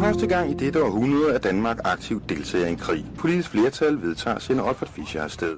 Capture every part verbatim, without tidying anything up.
første gang i dette århundrede er Danmark aktivt deltager i en krig. Politisk flertal vedtager sende Olfert Fischer afsted.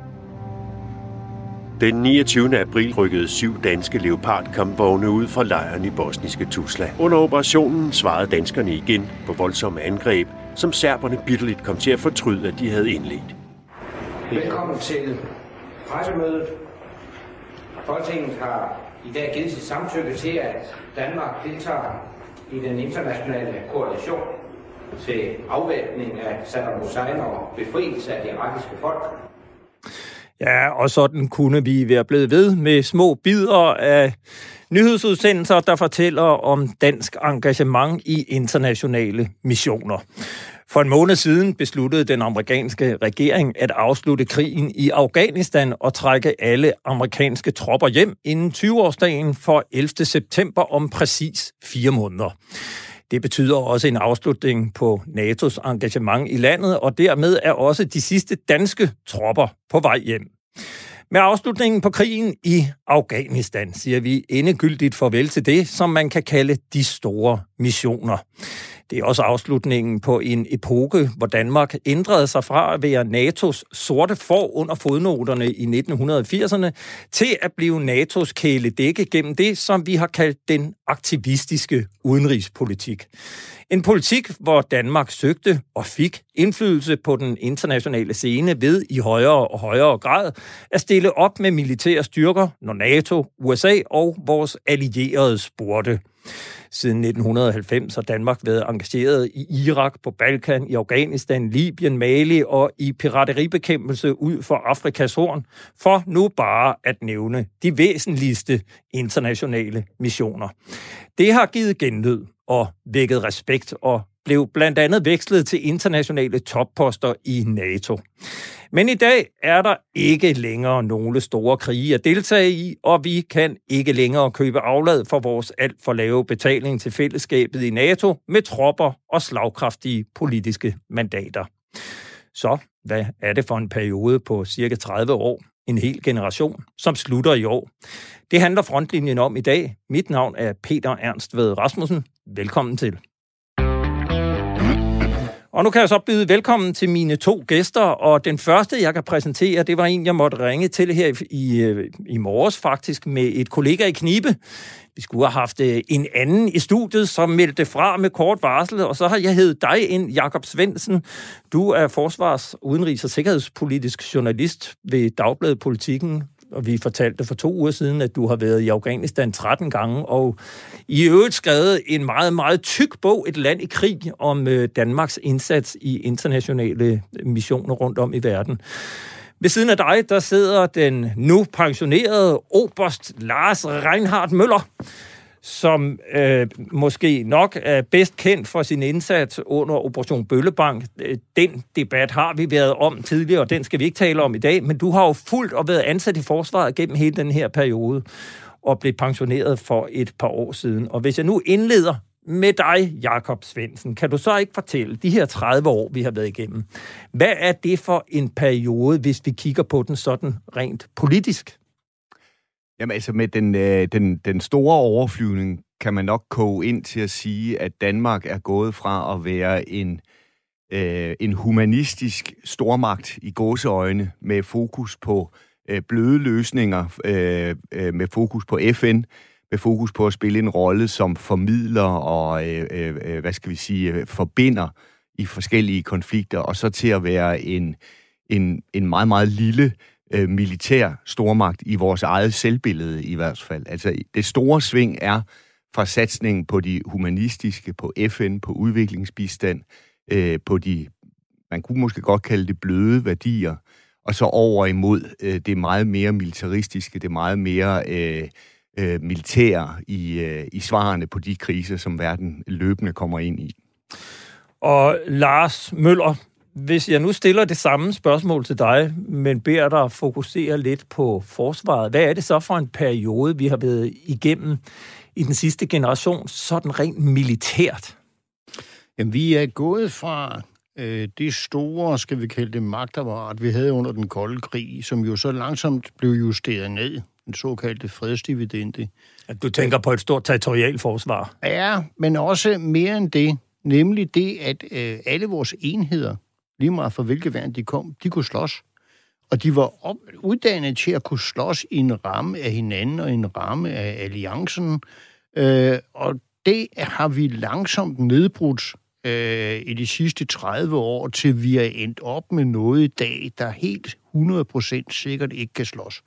Den niogtyvende april rykkede syv danske Leopard-kampvogne ud fra lejren i bosniske Tuzla. Under operationen svarede danskerne igen på voldsomme angreb, som serberne bitterligt kom til at fortryde, at de havde indledt. Velkommen til pressemødet. Folketinget har i dag givet sit samtykke til, at Danmark deltager i den internationale koalition til afvæbning af Saddam Hussein og befrielse af det irakiske folk. Ja, og sådan kunne vi være blevet ved med små bidder af nyhedsudsendelser, der fortæller om dansk engagement i internationale missioner. For en måned siden besluttede den amerikanske regering at afslutte krigen i Afghanistan og trække alle amerikanske tropper hjem inden tyve-årsdagen for ellevte september om præcis fire måneder. Det betyder også en afslutning på N A T O's engagement i landet, og dermed er også de sidste danske tropper på vej hjem. Med afslutningen på krigen i Afghanistan siger vi endegyldigt farvel til det, som man kan kalde de store missioner. Det er også afslutningen på en epoke, hvor Danmark ændrede sig fra at være N A T O's sorte får under fodnoterne i nitten firserne til at blive N A T O's kæledække gennem det, som vi har kaldt den aktivistiske udenrigspolitik. En politik, hvor Danmark søgte og fik indflydelse på den internationale scene ved i højere og højere grad at stille op med militære styrker, når NATO, U S A og vores allierede spurgte. Siden nitten halvfems har Danmark været engageret i Irak, på Balkan, i Afghanistan, Libyen, Mali og i pirateribekæmpelse ud for Afrikas Horn, for nu bare at nævne de væsentligste internationale missioner. Det har givet genlyd og vækket respekt og blev blandt andet vekslet til internationale topposter i NATO. Men i dag er der ikke længere nogle store krige at deltage i, og vi kan ikke længere købe aflad for vores alt for lave betaling til fællesskabet i NATO med tropper og slagkraftige politiske mandater. Så hvad er det for en periode på cirka tredive år? En hel generation, som slutter i år. Det handler Frontlinjen om i dag. Mit navn er Peter Ernst Ved Rasmussen. Velkommen til. Og nu kan jeg så byde velkommen til mine to gæster, og den første, jeg kan præsentere, det var en, jeg måtte ringe til her i, i morges faktisk, med et kollega i knibe. Vi skulle have haft en anden i studiet, som meldte fra med kort varsel, og så har jeg heddet dig ind, Jakob Svendsen. Du er forsvars-, udenrigs- og sikkerhedspolitisk journalist ved Dagbladet Politikken, og vi fortalte for to uger siden, at du har været i Afghanistan tretten gange, og i øvrigt skrevet en meget, meget tyk bog, Et land i krig, om Danmarks indsats i internationale missioner rundt om i verden. Ved siden af dig, der sidder den nu pensionerede oberst Lars Reinhardt Møller, som øh, måske nok er bedst kendt for sin indsats under Operation Bøllebank. Den debat har vi været om tidligere, og den skal vi ikke tale om i dag, men du har jo fulgt og været ansat i forsvaret gennem hele den her periode, og blev pensioneret for et par år siden. Og hvis jeg nu indleder med dig, Jakob Svendsen, kan du så ikke fortælle, de her tredive år, vi har været igennem, hvad er det for en periode, hvis vi kigger på den sådan rent politisk? Jamen altså med den, øh, den, den store overflyvning kan man nok koge ind til at sige, at Danmark er gået fra at være en, øh, en humanistisk stormagt i gåseøjne med fokus på øh, bløde løsninger, øh, øh, med fokus på F N, med fokus på at spille en rolle som formidler og, øh, øh, hvad skal vi sige, forbinder i forskellige konflikter, og så til at være en, en, en meget, meget lille øh, militær stormagt i vores eget selvbillede i hvert fald. Altså det store sving er fra satsningen på de humanistiske, på F N, på udviklingsbistand, øh, på de, man kunne måske godt kalde det bløde værdier, og så over imod øh, det meget mere militaristiske, det meget mere øh, øh, militære i, øh, i svarene på de kriser, som verden løbende kommer ind i. Og Lars Møller, hvis jeg nu stiller det samme spørgsmål til dig, men beder dig fokusere lidt på forsvaret, hvad er det så for en periode, vi har været igennem i den sidste generation, sådan rent militært? Jamen, vi er gået fra øh, det store, skal vi kalde det, magtapparat, vi havde under den kolde krig, som jo så langsomt blev justeret ned, den såkaldte fredsdividende. At du tænker på et stort territorialforsvar? Ja, men også mere end det, Nemlig det, at øh, alle vores enheder, lige meget fra hvilke værn de kom, de kunne slås. Og de var op, uddannet til at kunne slås i en ramme af hinanden og en ramme af alliancen. Øh, og det har vi langsomt nedbrudt øh, i de sidste tredive år, til vi er endt op med noget i dag, der helt hundrede procent sikkert ikke kan slås.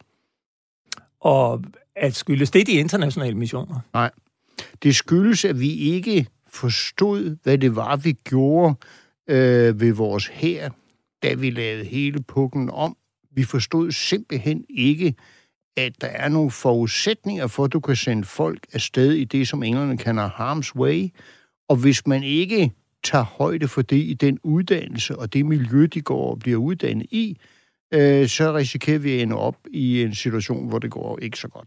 Og at skyldes det de internationale missioner? Nej. Det skyldes, at vi ikke forstod, hvad det var, vi gjorde øh, ved vores hær, da vi lavede hele pukken om. Vi forstod simpelthen ikke, at der er nogle forudsætninger for, at du kan sende folk afsted i det, som englerne kalder harm's way. Og hvis man ikke tager højde for det i den uddannelse og det miljø, de går og bliver uddannet i, øh, så risikerer vi at ende op i en situation, hvor det går ikke så godt.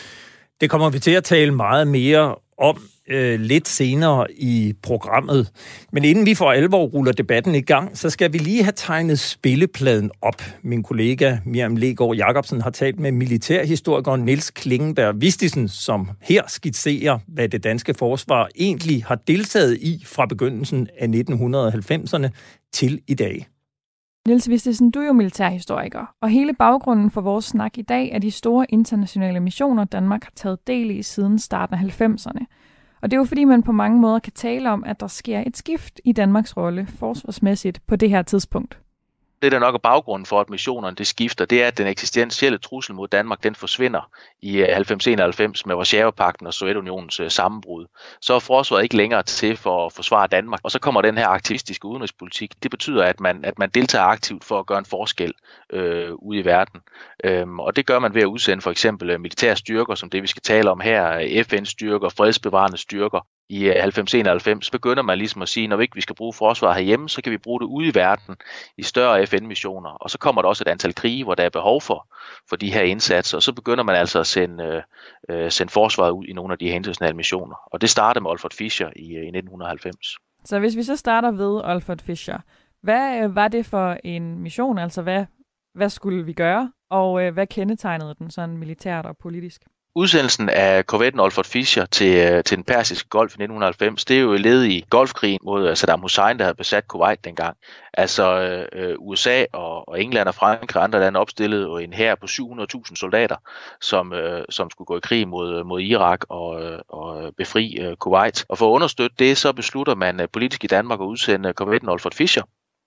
Det kommer vi til at tale meget mere om øh, lidt senere i programmet. Men inden vi for alvor ruller debatten i gang, så skal vi lige have tegnet spillepladen op. Min kollega Miriam Legaard Jacobsen har talt med militærhistorikeren Niels Klingenberg Vistisen, som her skitserer, hvad det danske forsvar egentlig har deltaget i fra begyndelsen af nitten halvfemserne til i dag. Niels Vistisen, du er jo militærhistoriker, og hele baggrunden for vores snak i dag er de store internationale missioner, Danmark har taget del i siden starten af halvfemserne. Og det er jo fordi, man på mange måder kan tale om, at der sker et skift i Danmarks rolle forsvarsmæssigt på det her tidspunkt. Det, der nok er baggrunden for, at missionerne det skifter, det er, at den eksistentielle trussel mod Danmark, den forsvinder i halvfems enoghalvfems med Warszawapagten og Sovjetunionens sammenbrud. Så er forsvaret ikke længere til for at forsvare Danmark, og så kommer den her aktivistiske udenrigspolitik. Det betyder, at man, at man deltager aktivt for at gøre en forskel øh, ude i verden. Øhm, og det gør man ved at udsende for eksempel militære styrker, som det vi skal tale om her, F N-styrker, fredsbevarende styrker. I halvfems enoghalvfems begynder man ligesom at sige, at når vi ikke skal bruge forsvaret herhjemme, så kan vi bruge det ude i verden i større F N-missioner. Og så kommer der også et antal krige, hvor der er behov for, for de her indsatser. Og så begynder man altså at sende, øh, sende forsvaret ud i nogle af de her internationale missioner. Og det startede med Olfert Fischer i, i nitten halvfems. Så hvis vi så starter ved Olfert Fischer, hvad var det for en mission? Altså hvad, hvad skulle vi gøre? Og øh, hvad kendetegnede den sådan militært og politisk? Udsendelsen af korvetten Olfert Fischer til, til den persiske golf i nitten halvfems, det er jo et led i golfkrigen mod Saddam Hussein, der havde besat Kuwait dengang. Altså øh, U S A og, og England og Frankrig og andre lande opstillede jo en hær på syv hundrede tusind soldater, som, øh, som skulle gå i krig mod, mod Irak og, og befri øh, Kuwait. Og for at understøtte det, så beslutter man øh, politisk i Danmark at udsende korvetten Olfert Fischer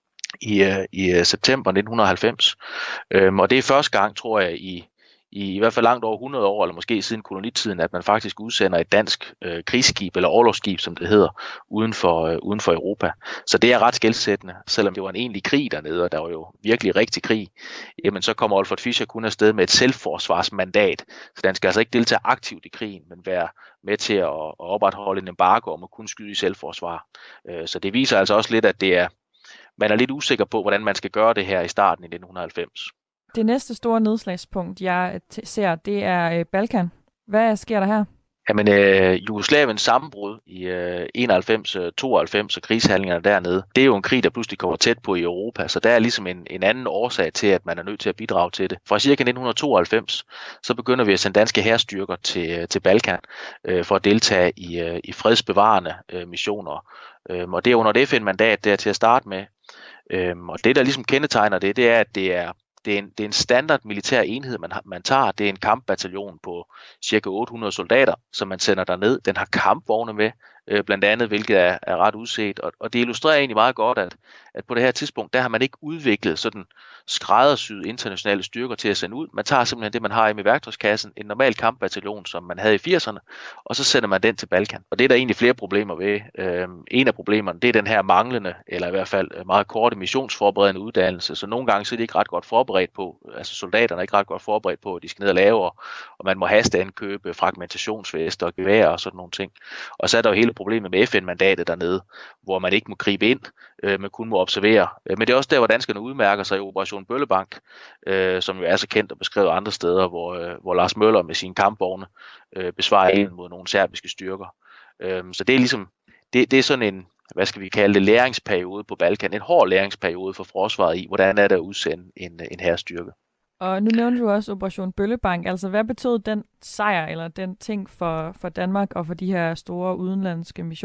i, øh, i september nitten halvfems. Øhm, og det er første gang, tror jeg, i i i hvert fald langt over hundrede år, eller måske siden kolonitiden, at man faktisk udsender et dansk øh, krigsskib, eller orlogsskib, som det hedder, uden for, øh, uden for Europa. Så det er ret skelsættende, selvom det var en egentlig krig dernede, og der var jo virkelig rigtig krig, jamen så kommer Olfert Fischer kun afsted med et selvforsvarsmandat, så den skal altså ikke deltage aktivt i krigen, men være med til at, at opretholde en embargo om at kunne skyde i selvforsvar. Øh, så det viser altså også lidt, at det er, man er lidt usikker på, hvordan man skal gøre det her i starten i nitten halvfems. Det næste store nedslagspunkt, jeg t- ser, det er øh, Balkan. Hvad sker der her? Jamen, øh, Jugoslaviens sammenbrud i øh, enoghalvfems tooghalvfems og krigshandlingerne dernede, det er jo en krig, der pludselig kommer tæt på i Europa, så der er ligesom en, en anden årsag til, at man er nødt til at bidrage til det. Fra cirka nitten tooghalvfems, så begynder vi at sende danske hærstyrker til, til Balkan øh, for at deltage i, øh, i fredsbevarende øh, missioner. Øh, og det er under et F N-mandat der til at starte med. Øh, og det, der ligesom kendetegner det, det er, at det er Det er, en, det er en standard militær enhed, man, har, man tager. Det er en kampbataljon på cirka otte hundrede soldater, som man sender derned. Den har kampvogne med, øh, blandt andet, hvilket er, er ret udset. Og, og det illustrerer egentlig meget godt, at, at på det her tidspunkt, der har man ikke udviklet sådan skræddersyede internationale styrker til at sende ud. Man tager simpelthen det, man har i værktøjskassen, en normal kampbataljon, som man havde i firserne, og så sender man den til Balkan. Og det er der egentlig flere problemer ved. Øhm, en af problemerne, det er den her manglende, eller i hvert fald meget korte missionsforberedende uddannelse. Så nogle gange så er de ikke ret godt forberedt på, altså soldaterne er ikke ret godt forberedt på, at de skal ned og lave, og man må hasteankøbe fragmentationsvester og geværer og sådan nogle ting. Og så er der jo hele problemet med F N-mandatet dernede, hvor man ikke må gribe ind, øh, men kun må observere. Men det er også der, hvor danskerne udmærker sig i Operation Bøllebank, øh, som jo er så kendt og beskrevet andre steder, hvor, øh, hvor Lars Møller med sine kampvogne øh, besvarer ilden mod nogle serbiske styrker. Øh, så det er ligesom, det, det er sådan en, hvad skal vi kalde det, læringsperiode på Balkan, en hård læringsperiode for forsvaret i, hvordan er det at udsende en, en hærstyrke. Og nu nævnte du også Operation Bøllebank. Altså, hvad betød den sejr, eller den ting for, for Danmark og for de her store udenlandske missioner?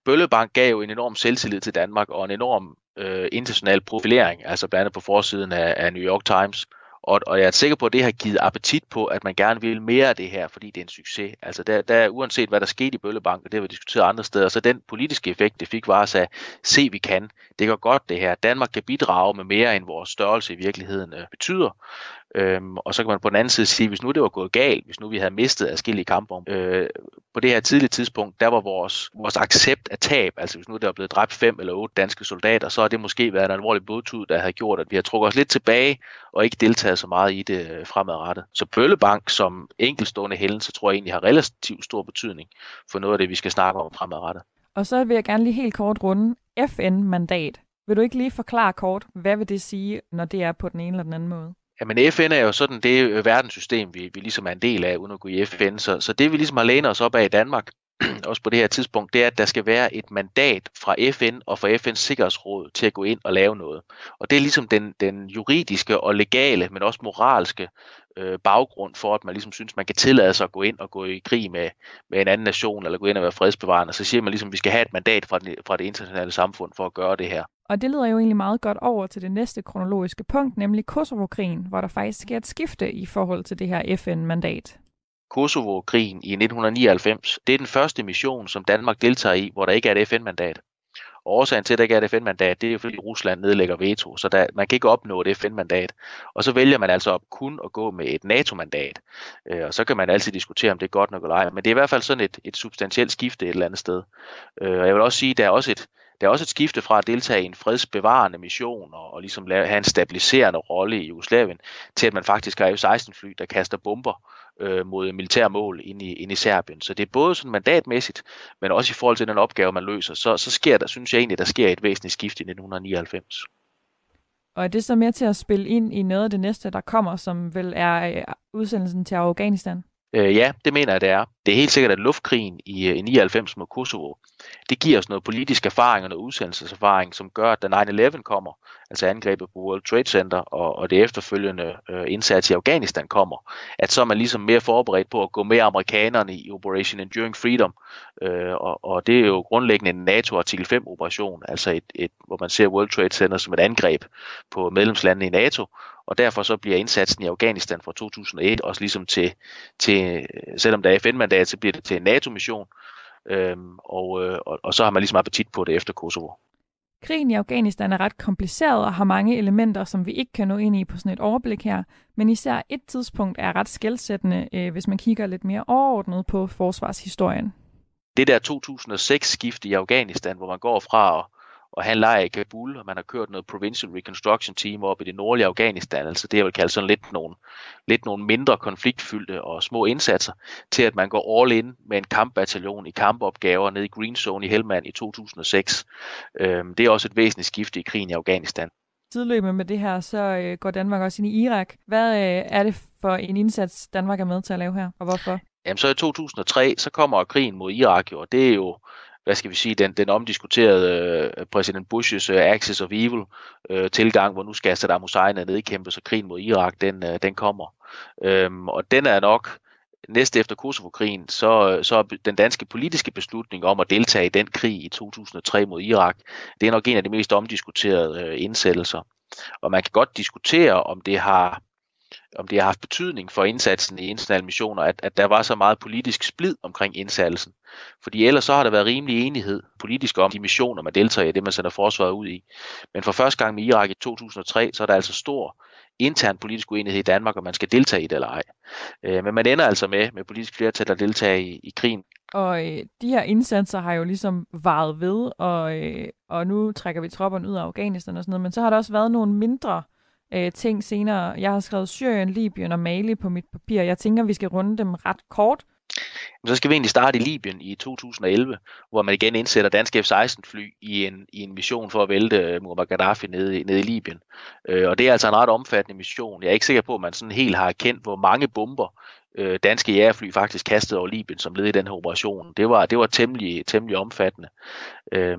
Bøllebank gav jo en enorm selvtillid til Danmark og en enorm øh, international profilering, altså blandt andet på forsiden af, af New York Times. Og, og jeg er sikker på, at det har givet appetit på, at man gerne vil mere af det her, fordi det er en succes. Altså der, der uanset hvad der skete i Bøllebank, og det har vi diskuteret andre steder, så den politiske effekt, det fik, var at sige, se vi kan, det går godt det her. Danmark kan bidrage med mere, end vores størrelse i virkeligheden øh, betyder. Øhm, og så kan man på den anden side sige, hvis nu det var gået galt, hvis nu vi havde mistet adskillige kampe øh, på det her tidlige tidspunkt, der var vores, vores accept af tab, altså hvis nu der var blevet dræbt fem eller otte danske soldater, så har det måske været en alvorlig blodtud, der havde gjort, at vi har trukket os lidt tilbage og ikke deltaget så meget i det øh, fremadrettet. Så Bøllebank som enkeltstående hændelse, tror jeg egentlig har relativt stor betydning for noget af det, vi skal snakke om fremadrettet. Og så vil jeg gerne lige helt kort runde F N-mandat. Vil du ikke lige forklare kort, hvad vil det sige, når det er på den ene eller den anden måde? Jamen F N er jo sådan det verdenssystem, vi, vi ligesom er en del af, uden at gå i F N. Så, så det vi ligesom har lænet os op af i Danmark, også på det her tidspunkt, det er, at der skal være et mandat fra F N og fra F N's Sikkerhedsråd til at gå ind og lave noget. Og det er ligesom den, den juridiske og legale, men også moralske øh, baggrund for, at man ligesom synes, man kan tillade sig at gå ind og gå i krig med, med en anden nation, eller gå ind og være fredsbevarende. Så siger man ligesom, at vi skal have et mandat fra, den, fra det internationale samfund for at gøre det her. Og det leder jo egentlig meget godt over til det næste kronologiske punkt, nemlig Kosovo-krigen, hvor der faktisk sker et skifte i forhold til det her F N-mandat. Kosovo-krigen i nitten nioghalvfems, det er den første mission, som Danmark deltager i, hvor der ikke er et F N-mandat. Og årsagen til, at der ikke er et F N-mandat, det er jo fordi Rusland nedlægger veto, så der, man kan ikke opnå et F N-mandat. Og så vælger man altså op kun at gå med et NATO-mandat. Øh, og så kan man altid diskutere, om det er godt nok eller ej. Men det er i hvert fald sådan et, et substantielt skifte et eller andet sted. Øh, og jeg vil også sige, at der er også et Der er også et skifte fra at deltage i en fredsbevarende mission og, og ligesom lave, have en stabiliserende rolle i Jugoslavien, til at man faktisk har F seksten fly, der kaster bomber øh, mod militære mål ind i, ind i Serbien. Så det er både sådan mandatmæssigt, men også i forhold til den opgave, man løser. Så, så sker der, synes jeg egentlig, der sker et væsentligt skift i nitten nioghalvfems. Og er det så med til at spille ind i noget af det næste, der kommer, som vel er udsendelsen til Afghanistan? Øh, ja, det mener jeg, det er. Det er helt sikkert, at luftkrigen i, i nioghalvfems mod Kosovo, det giver os noget politisk erfaring og noget udsendelseserfaring, som gør, at da nine eleven kommer, altså angrebet på World Trade Center og, og det efterfølgende øh, indsats i Afghanistan kommer, at så er man ligesom mere forberedt på at gå med amerikanerne i Operation Enduring Freedom, øh, og, og det er jo grundlæggende en NATO artikel fem operation, altså et, et, hvor man ser World Trade Center som et angreb på medlemslandene i NATO, og derfor så bliver indsatsen i Afghanistan fra to tusind og et også ligesom til, til selvom der er F N-mandat, så bliver det til en NATO-mission, øhm, og, og, og så har man ligesom appetit på det efter Kosovo. Krigen i Afghanistan er ret kompliceret og har mange elementer, som vi ikke kan nå ind i på sådan et overblik her, men især et tidspunkt er ret skelsættende, øh, hvis man kigger lidt mere overordnet på forsvarshistorien. Det der to tusind og seks-skift i Afghanistan, hvor man går fra at og have en lejr i Kabul, og man har kørt noget Provincial Reconstruction Team op i det nordlige Afghanistan, altså det jeg vil kalde sådan lidt nogle, lidt nogle mindre konfliktfyldte og små indsatser, til at man går all in med en kampbataljon i kampopgaver nede i Green Zone i Helmand i to tusind og seks. Øhm, det er også et væsentligt skifte i krigen i Afghanistan. Sideløbende med det her, så øh, går Danmark også ind i Irak. Hvad øh, er det for en indsats, Danmark er med til at lave her, og hvorfor? Jamen så i to tusind og tre, så kommer krigen mod Irak jo, og det er jo hvad skal vi sige, den, den omdiskuterede øh, præsident Bush's øh, Axis of Evil øh, tilgang, hvor nu skal Saddam Hussein nedkæmpes, og krigen mod Irak, den, øh, den kommer. Øhm, og den er nok, næste efter Kosovo-krigen, så, så er den danske politiske beslutning om at deltage i den krig i to tusind og tre mod Irak, det er nok en af de mest omdiskuterede øh, indsættelser. Og man kan godt diskutere, om det har om det har haft betydning for indsatsen i internationale missioner, at, at der var så meget politisk splid omkring indsatsen. Fordi ellers så har der været rimelig enighed politisk om de missioner, man deltager i, det man sender forsvaret ud i. Men for første gang med Irak i to tusind og tre, så er der altså stor intern politisk uenighed i Danmark, om man skal deltage i det eller ej. Øh, men man ender altså med, med politisk flertal at deltage i, i krigen. Og øh, de her indsatser har jo ligesom varet ved, og, øh, og nu trækker vi tropperne ud af Afghanistan og sådan noget, men så har der også været nogle mindre ting senere. Jeg har skrevet Syrien, Libyen og Mali på mit papir. Jeg tænker, vi skal runde dem ret kort. Så skal vi egentlig starte i Libyen i to tusind og elleve, hvor man igen indsætter danske F seksten fly i en, i en mission for at vælte Muammar Gaddafi nede, nede i Libyen. Øh, og det er altså en ret omfattende mission. Jeg er ikke sikker på, at man sådan helt har erkendt, hvor mange bomber øh, danske jagerfly faktisk kastede over Libyen som led i den her operation. Det var, det var temmelig, temmelig omfattende. Øh,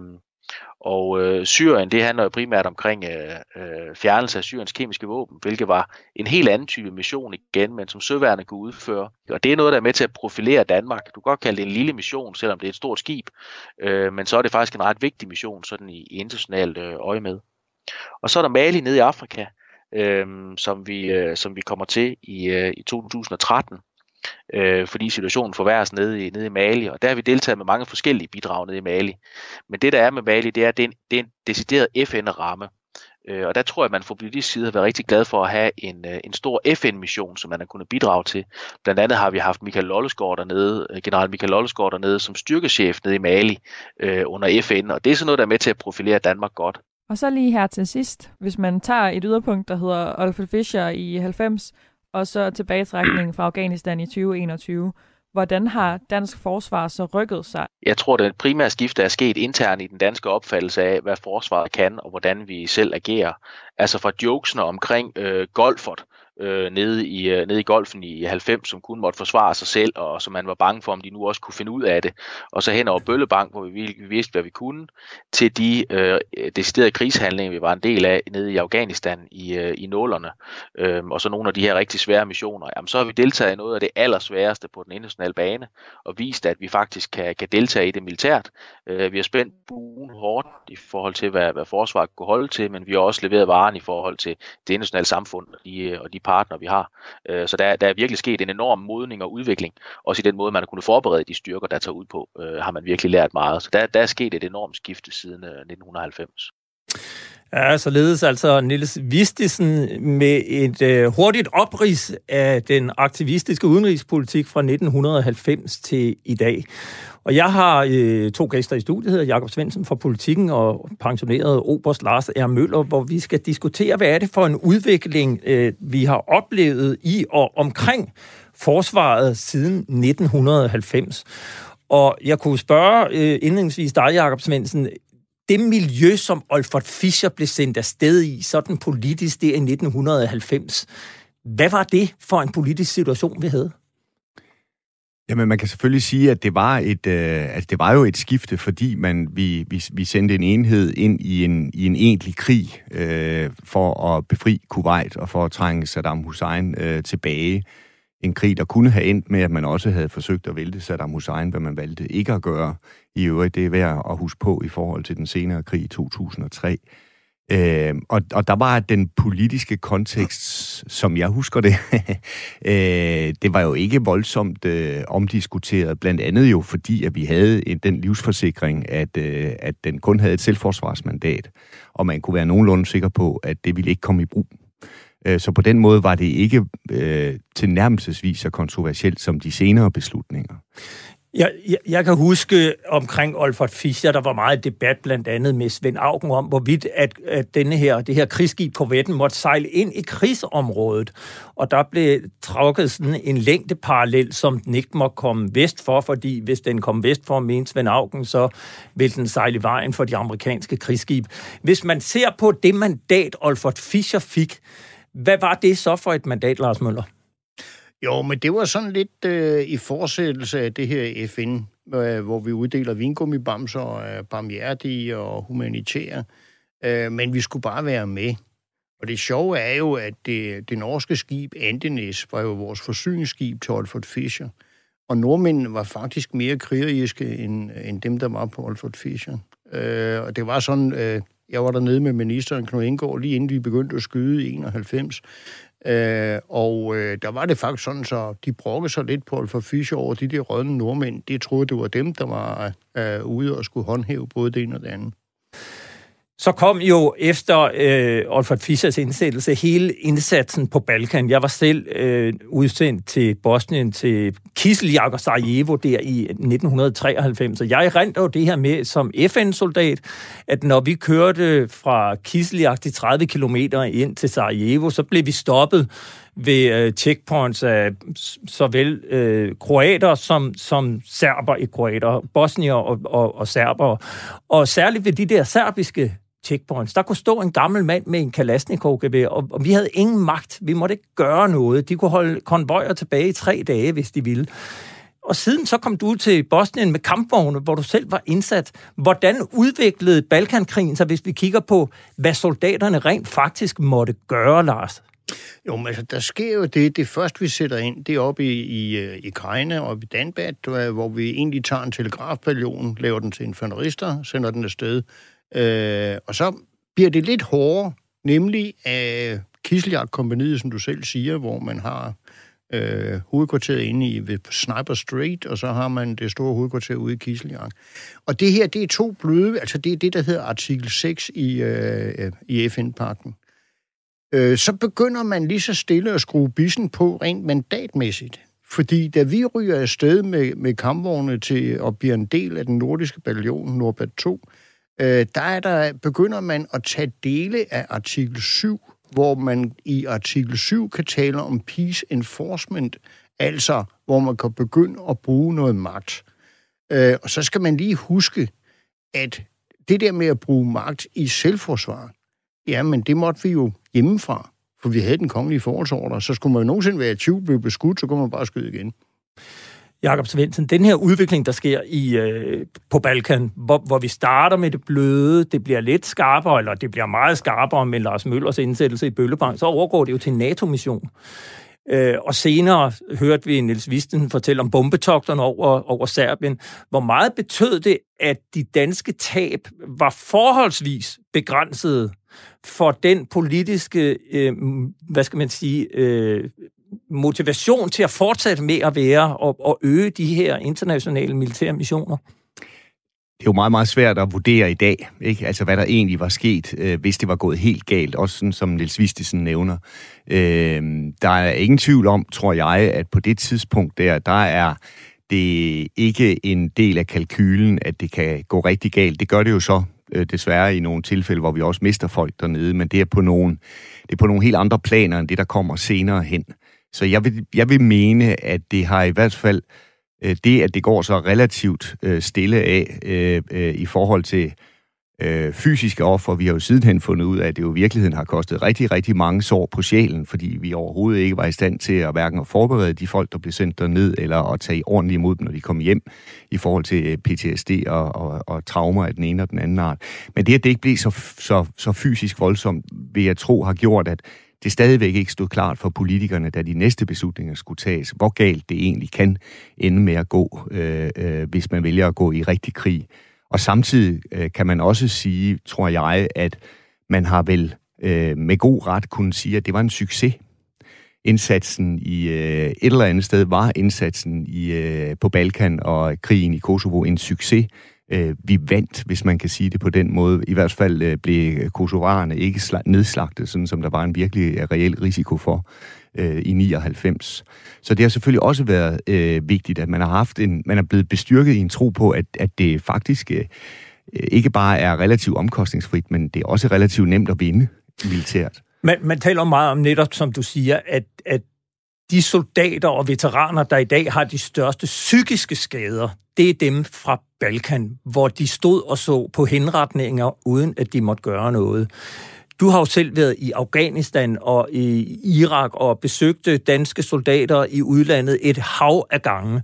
Og øh, Syrien, det handler jo primært omkring øh, fjernelse af Syriens kemiske våben, hvilket var en helt anden type mission igen, men som søværnet kunne udføre. Og det er noget, der er med til at profilere Danmark. Du kan godt kalde det en lille mission, selvom det er et stort skib, øh, men så er det faktisk en ret vigtig mission, sådan i, i internationalt øh, øje med. Og så er der Mali nede i Afrika, øh, som, vi, øh, som vi kommer til i, øh, i to tusind og tretten. Øh, fordi situationen forværres nede i, nede i Mali, og der har vi deltaget med mange forskellige bidrag nede i Mali. Men det, der er med Mali, det er, at det er en, det er en decideret F N-ramme. Øh, og der tror jeg, at man fra politisk side har været rigtig glad for at have en, en stor F N-mission, som man har kunnet bidrage til. Blandt andet har vi haft Michael Lollesgaard dernede, general Michael Lollesgaard dernede, som styrkechef nede i Mali øh, under F N, og det er sådan noget, der er med til at profilere Danmark godt. Og så lige her til sidst, hvis man tager et yderpunkt, der hedder Olfert Fischer i halvfems, og så tilbagetrækningen fra Afghanistan i tyve enogtyve. Hvordan har dansk forsvar så rykket sig? Jeg tror, at det primære skifte er sket internt i den danske opfattelse af, hvad forsvaret kan, og hvordan vi selv agerer. Altså fra jokesene omkring øh, Golfert, øh, nede, i, øh, nede i golfen i halvfems, som kun måtte forsvare sig selv, og som man var bange for, om de nu også kunne finde ud af det. Og så hen over Bøllebank, hvor vi, vi vidste, hvad vi kunne, til de øh, deciderede krigshandlinger, vi var en del af nede i Afghanistan i, øh, i nålerne. Øh, og så nogle af de her rigtig svære missioner. Jamen, så har vi deltaget i noget af det allersværeste på den internationale bane, og vist, at vi faktisk kan, kan deltage i det militært. Øh, vi har spændt buen hårdt i forhold til, hvad, hvad forsvaret kunne holde til, men vi har også leveret varen i forhold til det internationale samfund og de, og de partner, vi har. Øh, så der, der er virkelig sket en enorm modning og udvikling. Også i den måde, man har kunnet forberede de styrker, der tager ud på, øh, har man virkelig lært meget. Så der, der er sket et enormt skifte siden øh, nitten halvfems. Ja, således altså Niels Vistisen med et øh, hurtigt oprids af den aktivistiske udenrigspolitik fra nitten halvfems til i dag. Og jeg har øh, to gæster i studiet, hedder Jakob Svendsen fra Politikken og pensioneret oberst Lars R. Møller, hvor vi skal diskutere, hvad er det for en udvikling, øh, vi har oplevet i og omkring forsvaret siden nitten halvfems. Og jeg kunne spørge øh, indledningsvis dig, Jakob Svendsen, det miljø, som Olfert Fischer blev sendt afsted i, sådan politisk, det er i nitten halvfems. Hvad var det for en politisk situation, vi havde? Jamen, man kan selvfølgelig sige, at det var et, øh, at det var jo et skifte, fordi man, vi, vi, vi sendte en enhed ind i en, i en egentlig krig øh, for at befri Kuwait og for at trænge Saddam Hussein øh, tilbage. En krig, der kunne have endt med, at man også havde forsøgt at vælte Saddam Hussein, hvad man valgte ikke at gøre. I øvrigt, det er værd at huske på i forhold til den senere krig i to tusind og tre. Øh, og, og der var den politiske kontekst, som jeg husker det, øh, det var jo ikke voldsomt øh, omdiskuteret, blandt andet jo fordi, at vi havde en, den livsforsikring, at, øh, at den kun havde et selvforsvarsmandat, og man kunne være nogenlunde sikker på, at det ville ikke komme i brug. Så på den måde var det ikke øh, tilnærmelsesvis så kontroversielt som de senere beslutninger. Jeg, jeg, jeg kan huske omkring Olfert Fischer, der var meget debat blandt andet med Svend Auken om, hvorvidt at, at denne her, det her krigsskib Korvetten måtte sejle ind i krigsområdet. Og der blev trukket sådan en længdeparallel, som den ikke må komme vest for, fordi hvis den kom vest for, mente Svend Auken, så ville den sejle i vejen for de amerikanske krigsskib. Hvis man ser på det mandat, Olfert Fischer fik, hvad var det så for et mandat, Lars Møller? Jo, men det var sådan lidt øh, i fortsættelse af det her F N, øh, hvor vi uddeler vingummibamser og er barmhjertige og humanitære. Øh, men vi skulle bare være med. Og det sjove er jo, at det, det norske skib Andenes var jo vores forsyningsskib til Olfert Fischer. Og nordmændene var faktisk mere krigeriske end, end dem, der var på Olfert Fischer. Øh, og det var sådan... Øh, Jeg var dernede med ministeren Knud Indgaard, lige inden vi begyndte at skyde i enoghalvfems. Øh, og øh, der var det faktisk sådan, så de brokkede sig lidt på Olfert Fischer over de der rødne nordmænd. De troede, det var dem, der var øh, ude og skulle håndhæve både det ene og det andet. Så kom jo efter øh, Olfert Fischers indsættelse hele indsatsen på Balkan. Jeg var selv øh, udsendt til Bosnien, til Kiseljak og Sarajevo der i nitten treoghalvfems. Og jeg rendte jo det her med som F N-soldat, at når vi kørte fra Kiseljak de tredive kilometer ind til Sarajevo, så blev vi stoppet ved øh, checkpoints af såvel øh, kroater som, som serber i kroater, bosnier og, og, og serber. Og særligt ved de der serbiske checkpoints, der kunne stå en gammel mand med en Kalashnikov-gevær, og, og vi havde ingen magt. Vi måtte ikke gøre noget. De kunne holde konvojer tilbage i tre dage, hvis de ville. Og siden så kom du ud til Bosnien med kampvogne, hvor du selv var indsat. Hvordan udviklede Balkankrigen sig, hvis vi kigger på, hvad soldaterne rent faktisk måtte gøre, Lars? Jo, men altså, der sker jo det, det første, vi sætter ind, det er oppe i, i, i Krejne og i Danbad, hvor vi egentlig tager en telegrafballon, laver den til infanterister, sender den afsted. Øh, og så bliver det lidt hårdere, nemlig af Kislyak-kompaniet, som du selv siger, hvor man har øh, hovedkvarteret inde i ved Sniper Street, og så har man det store hovedkvarter ude i Kislyak. Og det her, det er to bløde, altså det er det, der hedder artikel seks i, øh, i F N-pakken. Så begynder man lige så stille at skrue bissen på rent mandatmæssigt. Fordi da vi ryger afsted med, med kampvogne til at blive en del af den nordiske bataljon, Nordbat to, øh, der, er der begynder man at tage dele af artikel syv, hvor man i artikel syv kan tale om peace enforcement, altså hvor man kan begynde at bruge noget magt. Øh, og så skal man lige huske, at det der med at bruge magt i selvforsvar, jamen det måtte vi jo hjemmefra, for vi havde den kongelige forholdsordre, så skulle man jo nogensinde være i tvivl, blive beskudt, så kunne man bare skyde igen. Jakob Svendsen, den her udvikling, der sker i øh, på Balkan, hvor, hvor vi starter med det bløde, det bliver lidt skarpere, eller det bliver meget skarpere med Lars Møllers indsættelse i Bøllebank, så overgår det jo til en NATO-mission. Øh, og senere hørte vi Niels Visten fortælle om bombetogterne over, over Serbien. Hvor meget betød det, at de danske tab var forholdsvis begrænsede for den politiske, øh, hvad skal man sige, øh, motivation til at fortsætte med at være og, og øge de her internationale militære missioner? Det er jo meget, meget svært at vurdere i dag, ikke? Altså, hvad der egentlig var sket, øh, hvis det var gået helt galt, også sådan, som Niels Vistesen nævner. Øh, der er ingen tvivl om, tror jeg, at på det tidspunkt der, der er det ikke en del af kalkylen, at det kan gå rigtig galt. Det gør det jo så øh, desværre i nogle tilfælde, hvor vi også mister folk dernede, men det er på nogle, det er på nogle helt andre planer, end det, der kommer senere hen. Så jeg vil, jeg vil mene, at det har i hvert fald det, at det går så relativt øh, stille af øh, øh, i forhold til øh, fysiske offer. Vi har jo sidenhen fundet ud af, at det jo i virkeligheden har kostet rigtig, rigtig mange sår på sjælen, fordi vi overhovedet ikke var i stand til at hverken at forberede de folk, der blev sendt derned, eller at tage ordentligt imod dem, når de kom hjem, i forhold til P T S D og, og, og traumer af den ene og den anden art. Men det, at det ikke blev så, så, så fysisk voldsomt, vil jeg tro, har gjort, at det stadigvæk ikke stod klart for politikerne, da de næste beslutninger skulle tages, hvor galt det egentlig kan ende med at gå, øh, øh, hvis man vælger at gå i rigtig krig. Og samtidig øh, kan man også sige, tror jeg, at man har vel øh, med god ret kunne sige, at det var en succes. Indsatsen i øh, et eller andet sted var indsatsen i, øh, på Balkan og krigen i Kosovo en succes. Vi vandt, hvis man kan sige det på den måde. I hvert fald blev kosovarerne ikke nedslagtet, sådan som der var en virkelig reel risiko for øh, i nioghalvfems. Så det har selvfølgelig også været øh, vigtigt, at man har haft en, man er blevet bestyrket i en tro på, at, at det faktisk øh, ikke bare er relativt omkostningsfrit, men det er også relativt nemt at vinde militært. Man, man taler meget om netop, som du siger, at, at de soldater og veteraner, der i dag har de største psykiske skader, det er dem fra Balkan, hvor de stod og så på henretninger, uden at de måtte gøre noget. Du har jo selv været i Afghanistan og i Irak og besøgte danske soldater i udlandet et hav af gange.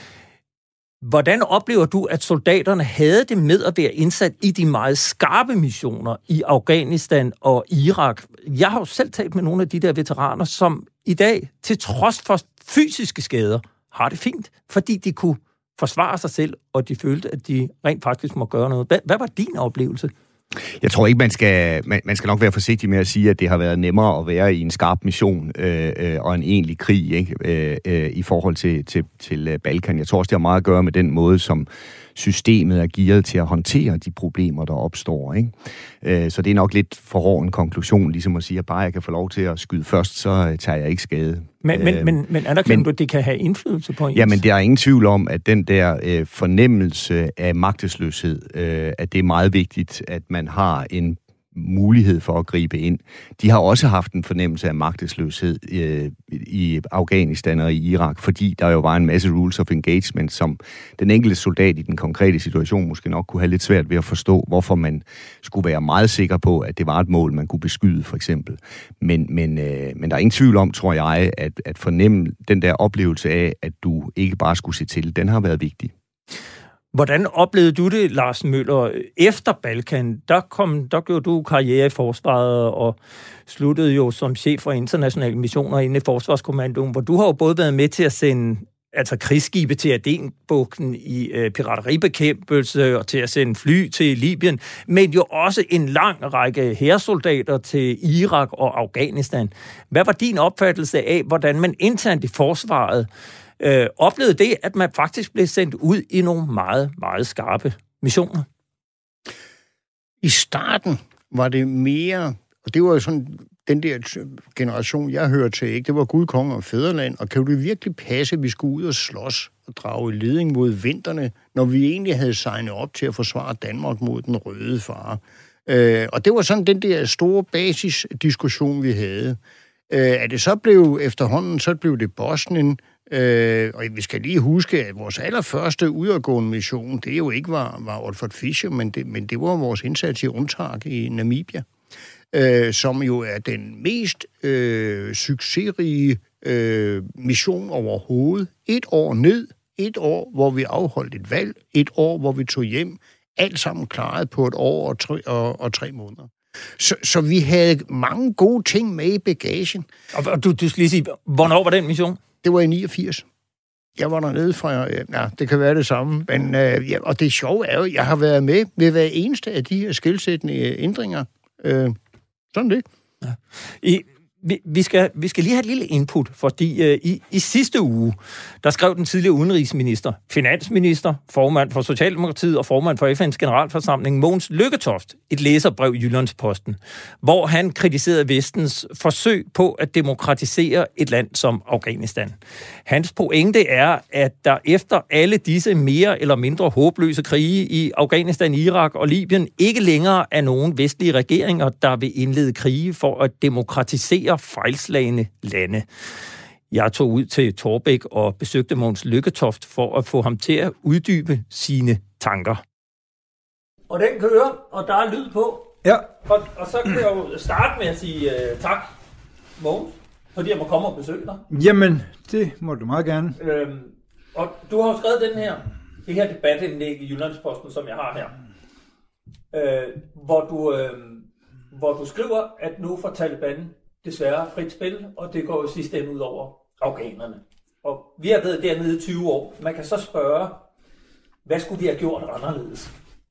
Hvordan oplever du, at soldaterne havde det med at være indsat i de meget skarpe missioner i Afghanistan og Irak? Jeg har jo selv talt med nogle af de der veteraner, som i dag, til trods for fysiske skader, har det fint, fordi de kunne forsvare sig selv, og de følte, at de rent faktisk må gøre noget. Hvad, hvad var din oplevelse? Jeg tror ikke, man skal, man, man skal nok være forsigtig med at sige, at det har været nemmere at være i en skarp mission øh, øh, og en egentlig krig, ikke? Øh, øh, i forhold til, til, til Balkan. Jeg tror også, det har meget at gøre med den måde, som systemet er gearet til at håndtere de problemer, der opstår, ikke? Øh, så det er nok lidt for hård en konklusion, ligesom at sige, at bare jeg kan få lov til at skyde først, så tager jeg ikke skade. Men, men, øh, men, men anerkender du, at det kan have indflydelse på ens? Jamen, der er ingen tvivl om, at den der øh, fornemmelse af magtesløshed, øh, at det er meget vigtigt, at man har en mulighed for at gribe ind. De har også haft en fornemmelse af magtesløshed øh, i Afghanistan og i Irak, fordi der jo var en masse rules of engagement, som den enkelte soldat i den konkrete situation måske nok kunne have lidt svært ved at forstå, hvorfor man skulle være meget sikker på, at det var et mål, man kunne beskyde, for eksempel. Men, men, øh, men der er ingen tvivl om, tror jeg, at, at fornemme den der oplevelse af, at du ikke bare skulle se til, den har været vigtig. Hvordan oplevede du det, Lars Møller, efter Balkan? Der, kom, der gjorde du karriere i forsvaret og sluttede jo som chef for internationale missioner inde i Forsvarskommandoen, hvor du har jo både været med til at sende altså krigsskibe til Adenbugten i øh, pirateribekæmpelse og til at sende fly til Libyen, men jo også en lang række hærsoldater til Irak og Afghanistan. Hvad var din opfattelse af, hvordan man internt i forsvaret øh, oplevede det, at man faktisk blev sendt ud i nogle meget, meget skarpe missioner? I starten var det mere, og det var jo sådan den der generation, jeg hørte til, ikke? Det var Gud, konge og fædreland, og kan det virkelig passe, at vi skulle ud og slås og drage i ledning mod vinterne, når vi egentlig havde signet op til at forsvare Danmark mod den røde fare. Øh, og det var sådan den der store basisdiskussion, vi havde. Øh, at det så blev efterhånden, så blev det Bosnien, øh, og vi skal lige huske, at vores allerførste udadgående mission, det jo ikke var, var Oddford Fischer, men det, men det var vores indsats i UNTAC i Namibia. Øh, som jo er den mest øh, succesrige øh, mission overhovedet. Et år ned, et år, hvor vi afholdt et valg, et år, hvor vi tog hjem, alt sammen klaret på et år og tre, og, og tre måneder. Så, så vi havde mange gode ting med i bagagen. Og du, du skal lige sige, hvornår var den mission? Det var i niogfirs. Jeg var dernede fra, ja, det kan være det samme, men, øh, ja, og det sjove er jo, jeg har været med ved hver eneste af de her skelsættende ændringer. Øh, Sådan det. Ja. I, vi, vi, skal, vi skal lige have et lille input, fordi uh, i, i sidste uge, der skrev den tidligere udenrigsminister, finansminister, formand for Socialdemokratiet og formand for F N's generalforsamling, Mogens Lykketoft, et læserbrev i Jyllandsposten, hvor han kritiserede Vestens forsøg på at demokratisere et land som Afghanistan. Hans pointe er, at der efter alle disse mere eller mindre håbløse krige i Afghanistan, Irak og Libyen ikke længere er nogen vestlige regeringer, der vil indlede krige for at demokratisere fejlslagne lande. Jeg tog ud til Torbæk og besøgte Mogens Lykketoft for at få ham til at uddybe sine tanker. Og den kører, og der er lyd på. Ja. Og, og så kan jeg jo starte med at sige uh, tak, Mogens, fordi jeg må komme og besøge dig. Jamen, det må du meget gerne. Øhm, og du har jo skrevet den her, det her debatindlæg i Jyllandsposten, som jeg har her, øh, hvor, du, øh, hvor du skriver, at nu får Taliban desværre frit spil, og det går jo sidst ende ud over afghanerne. Og vi har været dernede i tyve år. Man kan så spørge, hvad skulle vi have gjort anderledes?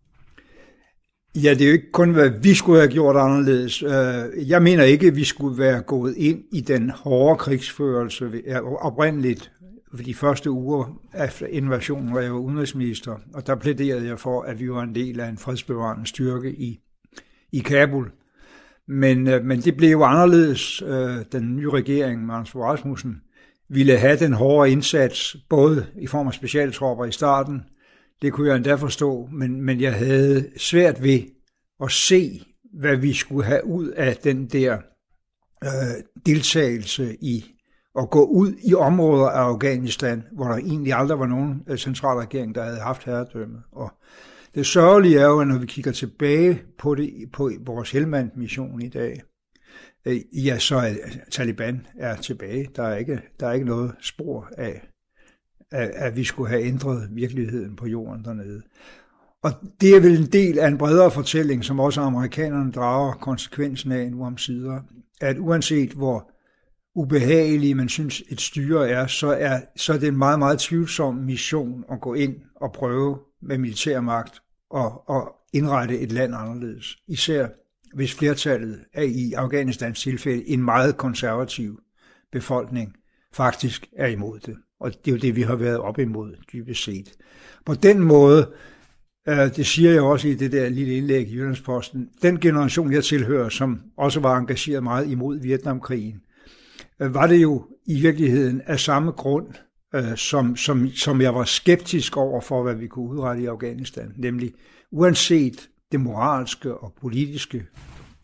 Ja, det er jo ikke kun, hvad vi skulle have gjort anderledes. Jeg mener ikke, at vi skulle være gået ind i den hårde krigsførelse oprindeligt. For de første uger efter invasionen var jeg jo udenrigsminister, og der plæderede jeg for, at vi var en del af en fredsbevarende styrke i, i Kabul. Men, men det blev jo anderledes. Den nye regering, Anders Fogh Rasmussen, ville have den hårde indsats, både i form af specialtropper i starten. Det kunne jeg endda forstå, men, men jeg havde svært ved at se, hvad vi skulle have ud af den der øh, deltagelse i at gå ud i områder af Afghanistan, hvor der egentlig aldrig var nogen centralregering, der havde haft herredømme. Og det sørgelige er jo, at når vi kigger tilbage på det på vores Helmand-mission i dag, øh, ja, så er Taliban er tilbage. Der er ikke, der er ikke noget spor af, at, at vi skulle have ændret virkeligheden på jorden dernede. Og det er vel en del af en bredere fortælling, som også amerikanerne drager konsekvensen af nu om sider, at uanset hvor ubehagelige man synes et styre er, så er, så er det en meget, meget tvivlsom mission at gå ind og prøve med militærmagt og, og indrette et land anderledes. Især hvis flertallet er i Afghanistans tilfælde en meget konservativ befolkning faktisk er imod det. Og det er jo det, vi har været op imod, dybest set. På den måde, det siger jeg også i det der lille indlæg i Jyllandsposten, den generation, jeg tilhører, som også var engageret meget imod Vietnamkrigen, var det jo i virkeligheden af samme grund, som, som, som jeg var skeptisk over for, hvad vi kunne udrette i Afghanistan. Nemlig, uanset det moralske og politiske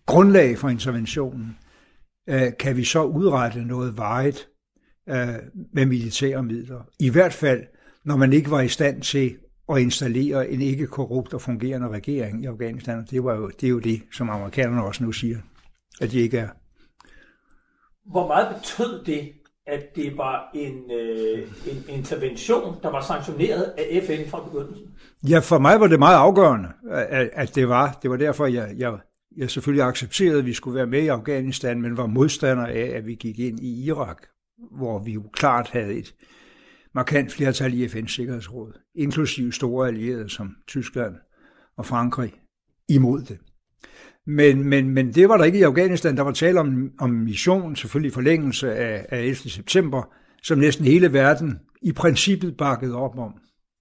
grundlag for interventionen, øh, kan vi så udrette noget varigt øh, med militære midler. I hvert fald, når man ikke var i stand til at installere en ikke korrupt og fungerende regering i Afghanistan. Det, var jo, det er jo det, som amerikanerne også nu siger, at de ikke er. Hvor meget betød det, at det var en, øh, en intervention, der var sanktioneret af F N fra begyndelsen? Ja, for mig var det meget afgørende, at, at det var. Det var derfor, jeg, jeg, jeg selvfølgelig accepterede, at vi skulle være med i Afghanistan, men var modstander af, at vi gik ind i Irak, hvor vi jo klart havde et markant flertal i F N's Sikkerhedsråd, inklusive store allierede som Tyskland og Frankrig, imod det. Men, men, men det var der ikke i Afghanistan. Der var tale om, om mission, selvfølgelig forlængelse af, af ellevte september, som næsten hele verden i princippet bakkede op om.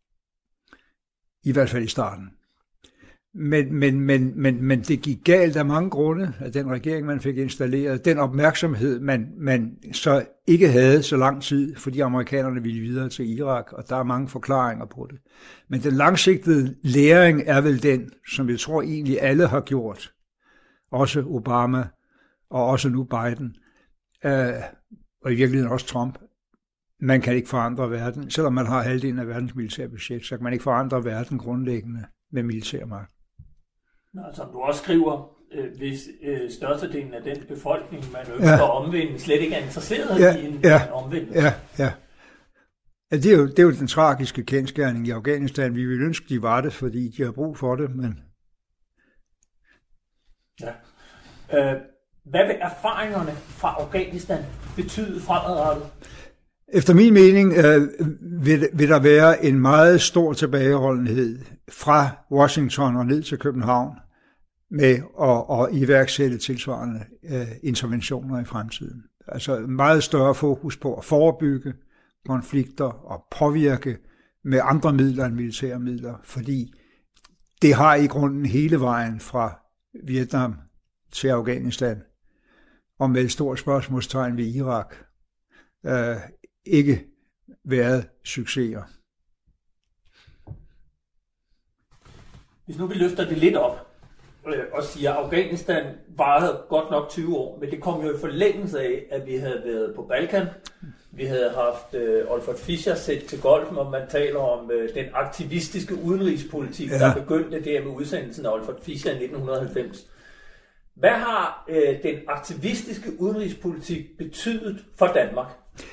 I hvert fald i starten. Men, men, men, men, men det gik galt af mange grunde, af den regering, man fik installeret. Den opmærksomhed, man, man så ikke havde så lang tid, fordi amerikanerne ville videre til Irak, og der er mange forklaringer på det. Men den langsigtede læring er vel den, som jeg tror egentlig alle har gjort. Også Obama, og også nu Biden, øh, og i virkeligheden også Trump. Man kan ikke forandre verden. Selvom man har halvdelen af verdens militærbudget, så kan man ikke forandre verden grundlæggende med militærmagt. Altså, du også skriver, øh, hvis øh, størstedelen af den befolkning, man ønsker ja. at omvende, slet ikke er interesseret ja, i en, ja, en omvendelse. Ja, ja. Ja, det er, jo, det er jo den tragiske kendsgerning i Afghanistan. Vi vil ønske, de var det, fordi de har brug for det, men... Ja. Øh, hvad vil erfaringerne fra Afghanistan betyde fremadrettet? Efter min mening øh, vil, vil der være en meget stor tilbageholdenhed fra Washington og ned til København med at, at iværksætte tilsvarende øh, interventioner i fremtiden. Altså meget større fokus på at forebygge konflikter og påvirke med andre midler end militære midler, fordi det har i grunden hele vejen fra Vietnam til Afghanistan, og med et stort spørgsmålstegn ved Irak, øh, ikke været succeser. Hvis nu vi løfter det lidt op øh, og siger, at Afghanistan varede godt nok tyve år, men det kom jo i forlængelse af, at vi havde været på Balkan. Vi havde haft øh, Olfert Fischer sæt til golfen, og man taler om øh, den aktivistiske udenrigspolitik, ja. der begyndte der med udsendelsen af Olfert Fischer i nitten halvfems. Hvad har øh, den aktivistiske udenrigspolitik betydet for Danmark?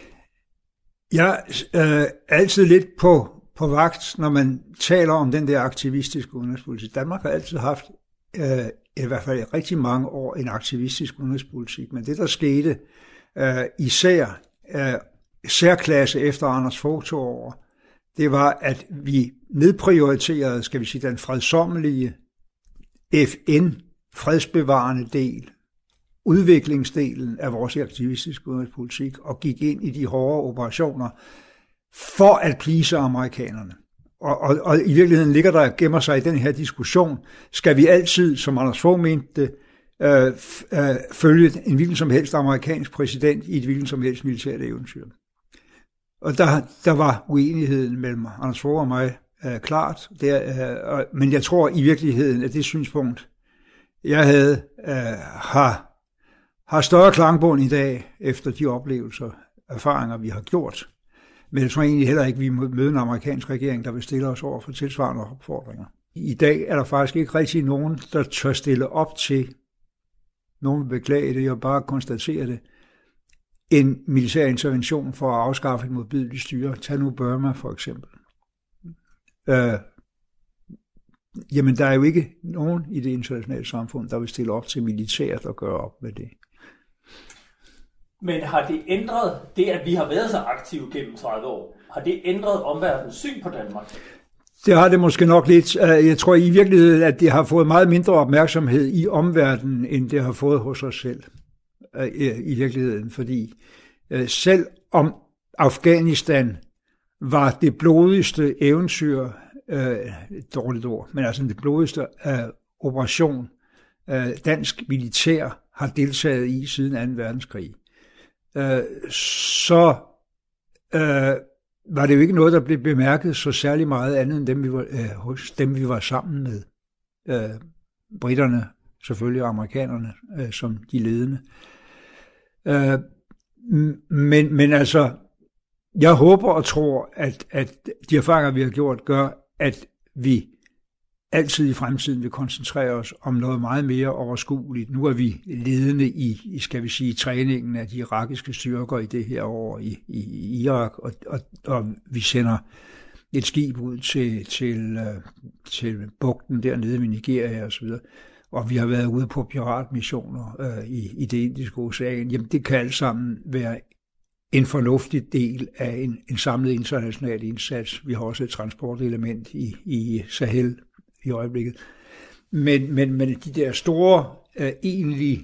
Jeg er øh, altid lidt på, på vagt, når man taler om den der aktivistiske udenrigspolitik. Danmark har altid haft, øh, i hvert fald i rigtig mange år, en aktivistisk udenrigspolitik. Men det, der skete, øh, især øh, særklasse efter Anders Fogh tog over, det var, at vi nedprioriterede, skal vi sige, den fredsommelige F N fredsbevarende del, udviklingsdelen af vores aktivistiske udenrigspolitik, og gik ind i de hårde operationer for at please amerikanerne. Og, og, og i virkeligheden ligger der gemmer sig i den her diskussion, skal vi altid, som Anders Fogh mente det, øh, øh, følge en hvilken som helst amerikansk præsident i et hvilken som helst militært eventyr. Og der, der var uenigheden mellem Anders Fogh og mig øh, klart, der, øh, men jeg tror i virkeligheden, at det synspunkt, jeg havde, øh, har, har større klangbund i dag, efter de oplevelser, erfaringer, vi har gjort. Men jeg tror egentlig heller ikke, at vi må møde en amerikansk regering, der vil stille os over for tilsvarende opfordringer. I dag er der faktisk ikke rigtig nogen, der tør stille op til, nogen vil beklage det, jeg bare konstaterer det, en militær intervention for at afskaffe et modbydeligt styre. Tag nu Burma for eksempel. Øh, Jamen, der er jo ikke nogen i det internationale samfund, der vil stille op til militæret og gøre op med det. Men har det ændret det, at vi har været så aktive gennem tredive år? Har det ændret omverdenens syn på Danmark? Det har det måske nok lidt. Jeg tror i virkeligheden, at det har fået meget mindre opmærksomhed i omverdenen, end det har fået hos os selv. I virkeligheden, fordi selv om Afghanistan var det blodigste eventyr, øh, dårligt ord, men altså det blodigste øh, operation, øh, dansk militær har deltaget i siden anden verdenskrig, øh, så øh, var det jo ikke noget, der blev bemærket så særlig meget andet end dem, vi var, øh, hos dem, vi var sammen med. Øh, britterne selvfølgelig amerikanerne øh, som de ledende. Øh, men, men altså, jeg håber og tror, at, at de erfaringer, vi har gjort, gør, at vi altid i fremtiden vil koncentrere os om noget meget mere overskueligt. Nu er vi ledende i, i skal vi sige, træningen af de irakiske styrker i det her år i, i, i Irak, og, og, og vi sender et skib ud til, til, til bugten dernede ved Nigeria og så videre. Og vi har været ude på piratmissioner øh, i, i det indiske ocean. Jamen, det kan alt sammen være en fornuftig del af en, en samlet international indsats. Vi har også et transportelement i, i Sahel i øjeblikket. Men, men, men de der store, øh, egentlige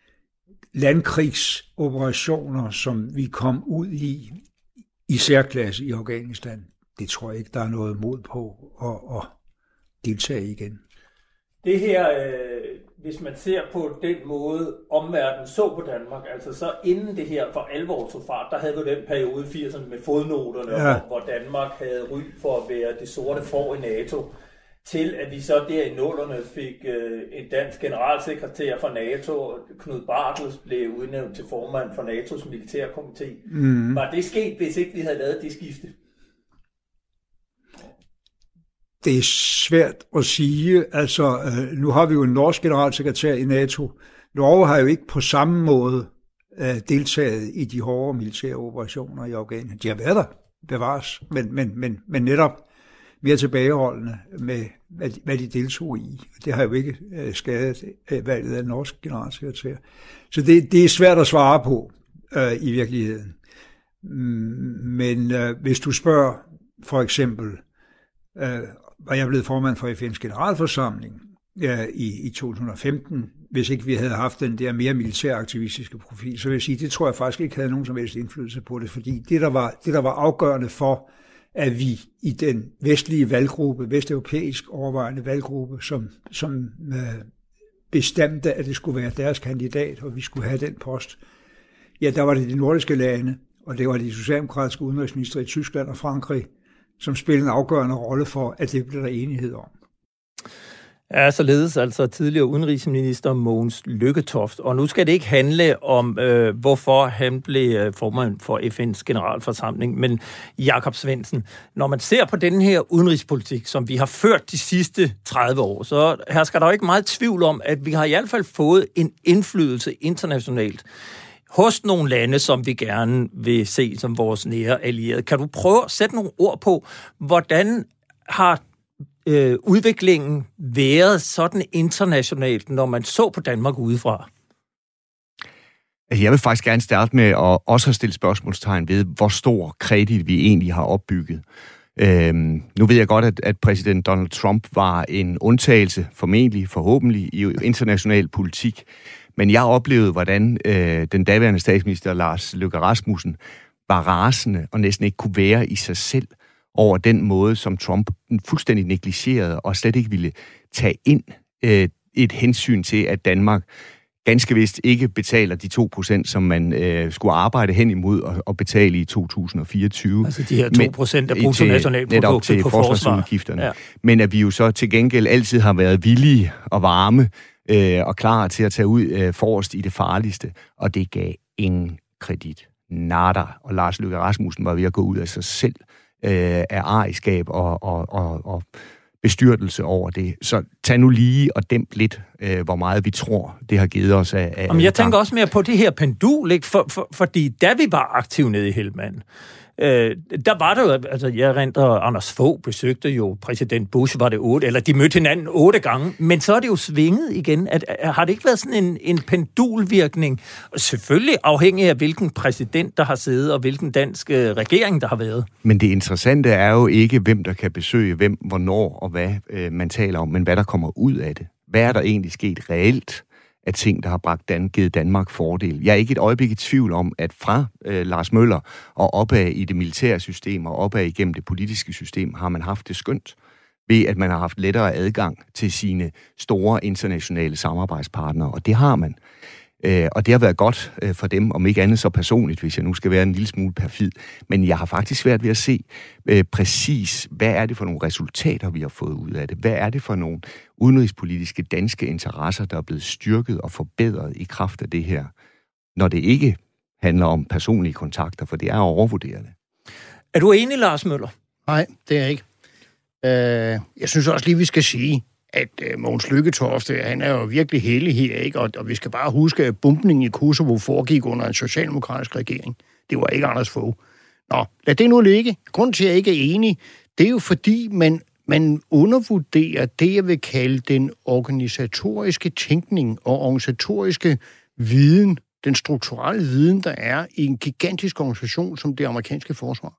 landkrigsoperationer, som vi kom ud i, i særklasse i Afghanistan, det tror jeg ikke, der er noget mod på at, at deltage igen. Det her, øh, hvis man ser på den måde, omverdenen så på Danmark, altså så inden det her for alvor tog fart, der havde vi den periode i firserne med fodnoterne, ja. hvor, hvor Danmark havde ry for at være det sorte får i NATO, til at vi så der i nullerne fik øh, en dansk generalsekretær for NATO, Knud Bartels, blev udnævnt til formand for NATO's militærkomité. Mm. Var det sket, hvis ikke vi havde lavet det skifte? Det er svært at sige. Altså, øh, nu har vi jo en norsk generalsekretær i NATO. Norge har jo ikke på samme måde øh, deltaget i de hårde militære operationer i Afghanistan. De har været der, bevares, men, men, men, men netop mere tilbageholdende med, hvad de, hvad de deltog i. Det har jo ikke øh, skadet øh, valget af en norsk generalsekretær. Så det, det er svært at svare på øh, i virkeligheden. Men øh, hvis du spørger for eksempel, øh, var jeg blevet formand for F N's generalforsamling ja, i, i to tusind og femten, hvis ikke vi havde haft den der mere militæraktivistiske profil, så vil jeg sige, det tror jeg faktisk ikke havde nogen som helst indflydelse på det, fordi det, der var, det, der var afgørende for, at vi i den vestlige valggruppe, vesteuropæisk overvejende valggruppe, som, som øh, bestemte, at det skulle være deres kandidat, og vi skulle have den post, ja, der var det de nordiske lande, og det var de socialdemokratiske udenrigsministre i Tyskland og Frankrig, som spillede en afgørende rolle for, at det blev der enighed om. Ja, således altså tidligere udenrigsminister Mogens Lykketoft. Og nu skal det ikke handle om, øh, hvorfor han blev formand for F N's generalforsamling, men Jakob Svendsen. Når man ser på den her udenrigspolitik, som vi har ført de sidste tredive år, så hersker der jo ikke meget tvivl om, at vi har i hvert fald fået en indflydelse internationalt hos nogle lande, som vi gerne vil se som vores nære allierede. Kan du prøve at sætte nogle ord på, hvordan har øh, udviklingen været sådan internationalt, når man så på Danmark udefra? Jeg vil faktisk gerne starte med at også have stillet spørgsmålstegn ved, hvor stor kredit vi egentlig har opbygget. Øhm, nu ved jeg godt, at, at præsident Donald Trump var en undtagelse, formentlig, forhåbentlig, i international politik. Men jeg oplevede, hvordan øh, den daværende statsminister Lars Løkke Rasmussen var rasende og næsten ikke kunne være i sig selv over den måde, som Trump fuldstændig negligerede og slet ikke ville tage ind øh, et hensyn til, at Danmark ganske vist ikke betaler de to procent, som man øh, skulle arbejde hen imod og, og betale i to tusind og fireogtyve. Altså de her to procent af bruttonationalproduktet på forsvar. Ja. Men at vi jo så til gengæld altid har været villige og varme øh, og klar til at tage ud øh, forrest i det farligste, og det gav ingen kredit. Nada. Og Lars Løkke Rasmussen var ved at gå ud af sig selv øh, af ariskab og, og, og, og bestyrtelse over det. Så tag nu lige og dæmp lidt, øh, hvor meget vi tror, det har givet os af... af Jamen, jeg tænker også mere på det her pendul, ikke? For, for, fordi da vi var aktive nede i Helmand, øh, der var der jo, altså jeg renter, Anders Fogh besøgte jo præsident Bush, var det otte, eller de mødte hinanden otte gange, men så er det jo svinget igen. At, at, har det ikke været sådan en, en pendulvirkning? Selvfølgelig afhængig af, hvilken præsident, der har siddet, og hvilken dansk øh, regering, der har været. Men det interessante er jo ikke, hvem der kan besøge hvem, hvornår og hvad øh, man taler om, men hvad der kommer ud af det. Hvad er der egentlig sket reelt af ting, der har bragt Dan, givet Danmark fordel? Jeg er ikke et øjeblik i tvivl om, at fra øh, Lars Møller og opad i det militære system og opad igennem det politiske system, har man haft det skønt ved, at man har haft lettere adgang til sine store internationale samarbejdspartnere, og det har man. Øh, og det har været godt øh, for dem, om ikke andet så personligt, hvis jeg nu skal være en lille smule perfid. Men jeg har faktisk svært ved at se øh, præcis, hvad er det for nogle resultater, vi har fået ud af det? Hvad er det for nogle udenrigspolitiske danske interesser, der er blevet styrket og forbedret i kraft af det her, når det ikke handler om personlige kontakter, for det er overvurderende. Er du enig, Lars Møller? Nej, det er jeg ikke. Uh, jeg synes også lige, vi skal sige, at uh, Mogens Lykketoft, han er jo virkelig heldig her, ikke? Og, og vi skal bare huske, at bumpningen i Kosovo foregik under en socialdemokratisk regering. Det var ikke Anders Fogh. Nå, lad det nu ligge. Grunden til, at jeg ikke er enig, det er jo fordi, man, man undervurderer det, jeg vil kalde den organisatoriske tænkning og organisatoriske viden, den strukturelle viden, der er i en gigantisk organisation som det amerikanske forsvar.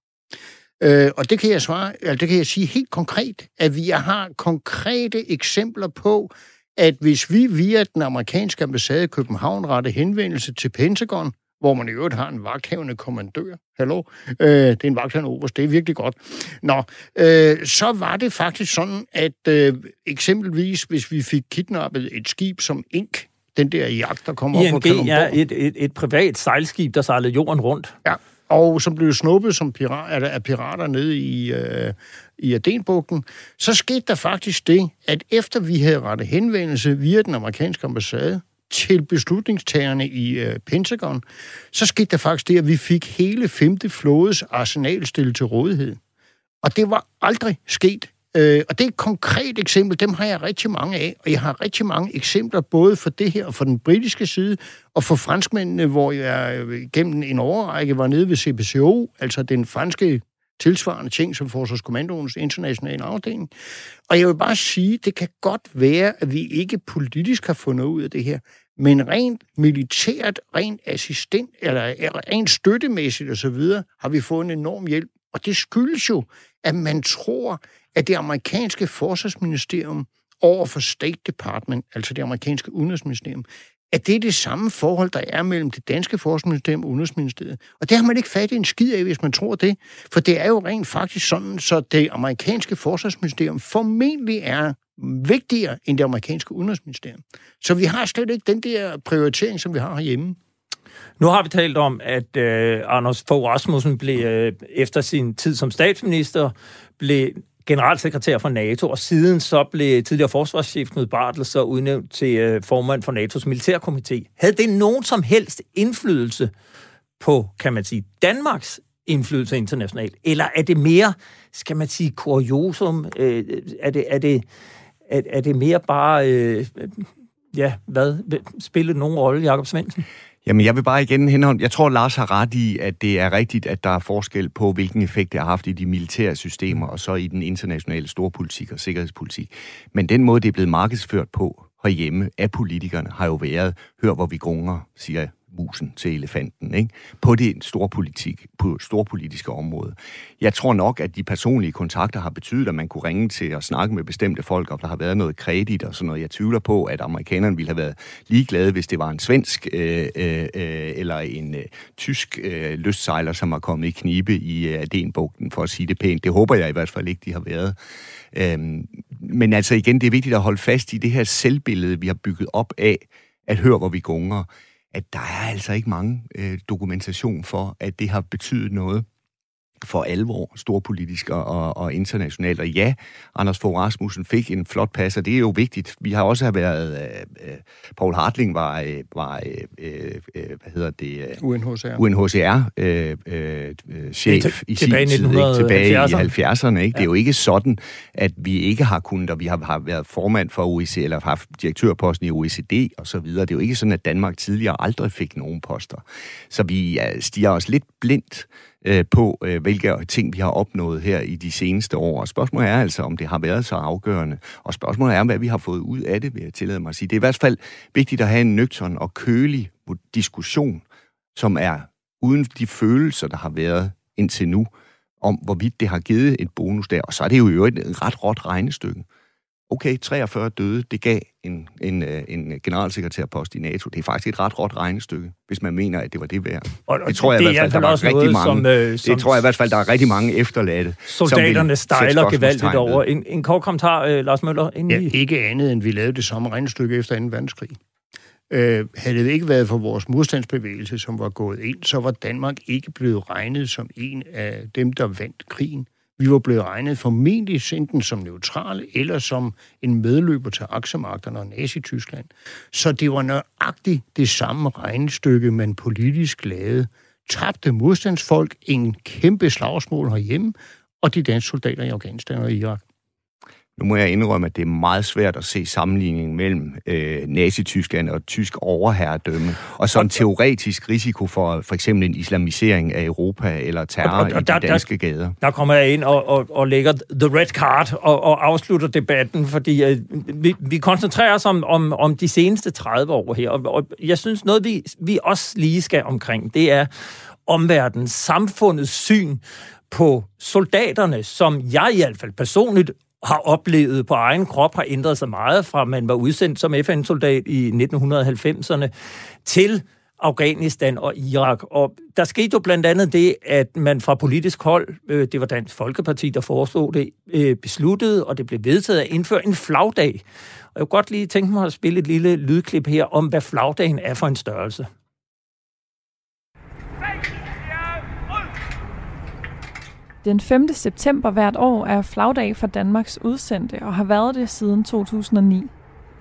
Øh, og det kan jeg svare, eller det kan jeg sige helt konkret, at vi har konkrete eksempler på, at hvis vi via den amerikanske ambassade i København retter henvendelse til Pentagon, hvor man i øvrigt har en vagthavende kommandør, hallo, øh, det er en vagthavende oberst, det er virkelig godt. Nå, øh, så var det faktisk sådan, at øh, eksempelvis, hvis vi fik kidnappet et skib som Ink, den der jagt, der kommer op på Kalundborg. Ja, et, et, et privat sejlskib, der sejlede jorden rundt. Ja, og som blev snuppet som pirat, af pirater nede i, øh, i Adenbugten. Så skete der faktisk det, at efter vi havde rettet henvendelse via den amerikanske ambassade til beslutningstagerne i øh, Pentagon, så skete der faktisk det, at vi fik hele femte flådes arsenal stillet til rådighed. Og det var aldrig sket. Øh, og det er et konkret eksempel, dem har jeg rigtig mange af, og jeg har rigtig mange eksempler, både for det her og for den britiske side, og for franskmændene, hvor jeg gennem en årrække var nede ved C P C O, altså den franske tilsvarende ting som Forsvarskommandoens internationale afdeling. Og jeg vil bare sige, det kan godt være, at vi ikke politisk har fundet ud af det her, men rent militært, rent assistent, eller rent støttemæssigt osv., har vi fået en enorm hjælp. Og det skyldes jo, at man tror, at det amerikanske forsvarsministerium over for State Department, altså det amerikanske udenrigsministerium, at det er det samme forhold, der er mellem det danske forsvarsministerium og udenrigsministeriet. Og det har man ikke fattet en skid af, hvis man tror det. For det er jo rent faktisk sådan, så det amerikanske forsvarsministerium formentlig er vigtigere end det amerikanske udenrigsministerium. Så vi har slet ikke den der prioritering, som vi har herhjemme. Nu har vi talt om, at øh, Anders Fogh Rasmussen blev øh, efter sin tid som statsminister blev generalsekretær for NATO, og siden så blev tidligere forsvarschef Knud Bartels så udnævnt til øh, formand for NATO's militærkomité. Havde det nogen som helst indflydelse på, kan man sige, Danmarks indflydelse internationalt? Eller er det mere, skal man sige, kuriosum? Øh, er, det, er, det, er, er det mere bare, øh, ja, hvad, spiller nogen rolle, Jakob Svendsen? Jamen, jeg vil bare igen henholde. Jeg tror, Lars har ret i, at det er rigtigt, at der er forskel på, hvilken effekt det har haft i de militære systemer, og så i den internationale storpolitik og sikkerhedspolitik. Men den måde, det er blevet markedsført på herhjemme af politikerne, har jo været, hør hvor vi grunger, siger musen til elefanten, ikke? På det storpolitik, på storpolitiske område. Jeg tror nok, at de personlige kontakter har betydet, at man kunne ringe til og snakke med bestemte folk, og der har været noget kredit og sådan noget. Jeg tvivler på, at amerikanerne ville have været ligeglade, hvis det var en svensk øh, øh, eller en øh, tysk øh, lystsejler, som har kommet i knibe i øh, Adenbugten, for at sige det pænt. Det håber jeg i hvert fald ikke, de har været. Øhm, men altså igen, det er vigtigt at holde fast i det her selvbillede, vi har bygget op af, at hør hvor vi gunger, at der er altså ikke mange øh, dokumentation for, at det har betydet noget for alvor, storpolitisk og, og internationalt. Og ja, Anders Fogh Rasmussen fik en flot pas, og det er jo vigtigt. Vi har også været, øh, Poul Hartling var, øh, var øh, øh, hvad hedder det? U N H C R. U N H C R øh, øh, chef til, i sin tid, ikke? Tilbage i halvfjerdserne. Ikke? Ja. Det er jo ikke sådan, at vi ikke har kunnet, og vi har, har været formand for O E C D, eller haft direktørposten i O E C D og så videre. Det er jo ikke sådan, at Danmark tidligere aldrig fik nogen poster. Så vi ja, stiger os lidt blindt på, hvilke ting vi har opnået her i de seneste år. Og spørgsmålet er altså, om det har været så afgørende. Og spørgsmålet er, hvad vi har fået ud af det, vil jeg tillade mig at sige. Det er i hvert fald vigtigt at have en nøgtern og kølig diskussion, som er uden de følelser, der har været indtil nu, om hvorvidt det har givet et bonus der. Og så er det jo i øvrigt et ret råt regnestykke. Okay, treogfyrre døde, det gav en, en, en generalsekretærpost i NATO. Det er faktisk et ret råt regnestykke, hvis man mener, at det var det værd. Og det tror jeg i hvert fald, der var rigtig mange. Som, øh, som det tror jeg i hvert fald, der er rigtig mange efterladte. Soldaterne stejler gevaldigt over. En, en kort kommentar, øh, Lars Møller. Ja, ikke andet, end vi lavede det samme regnestykke efter anden verdenskrig. Øh, havde det ikke været for vores modstandsbevægelse, som var gået ind, så var Danmark ikke blevet regnet som en af dem, der vandt krigen. Vi var blevet regnet formentlig enten som neutrale, eller som en medløber til aksemagterne og Nazi-Tyskland. Så det var nøjagtigt det samme regnestykke, man politisk lavede. Tabte modstandsfolk en kæmpe slagsmål herhjemme, og de danske soldater i Afghanistan og Irak. Nu må jeg indrømme, at det er meget svært at se sammenligningen mellem øh, Nazi-Tyskland og tysk overherredømme, og så en teoretisk risiko for for eksempel en islamisering af Europa eller terror og, og, og i de der, danske der, gader. Der kommer jeg ind og, og, og lægger the red card og, og afslutter debatten, fordi øh, vi, vi koncentrerer os om, om, om de seneste tredive år her, og, og jeg synes noget, vi, vi også lige skal omkring, det er omverdens, samfundets syn på soldaterne, som jeg i hvert fald personligt har oplevet på egen krop, har ændret sig meget fra, man var udsendt som F N-soldat i nitten halvfemserne til Afghanistan og Irak. Og der skete jo blandt andet det, at man fra politisk hold, øh, det var Dansk Folkeparti, der foreslog det, øh, besluttede, og det blev vedtaget at indføre en flagdag. Og jeg kunne godt lige tænke mig at spille et lille lydklip her om, hvad flagdagen er for en størrelse. Den femte september hvert år er flagdag for Danmarks udsendte og har været det siden to tusind og ni.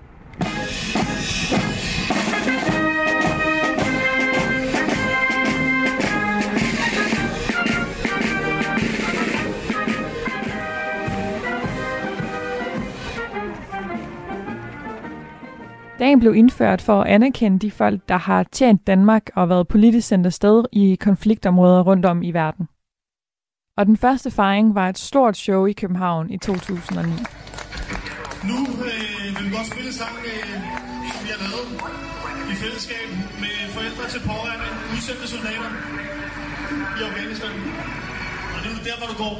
Dagen blev indført for at anerkende de folk, der har tjent Danmark og været politisk sendt afsted i konfliktområder rundt om i verden. Og den første fejring var et stort show i København i to tusind og ni. Nu øh, vil vi godt spille sammen, øh, vi har lavet i fællesskab med forældre til pårørende, udsendte soldater i Afghanistan. Og det er der, hvor du går.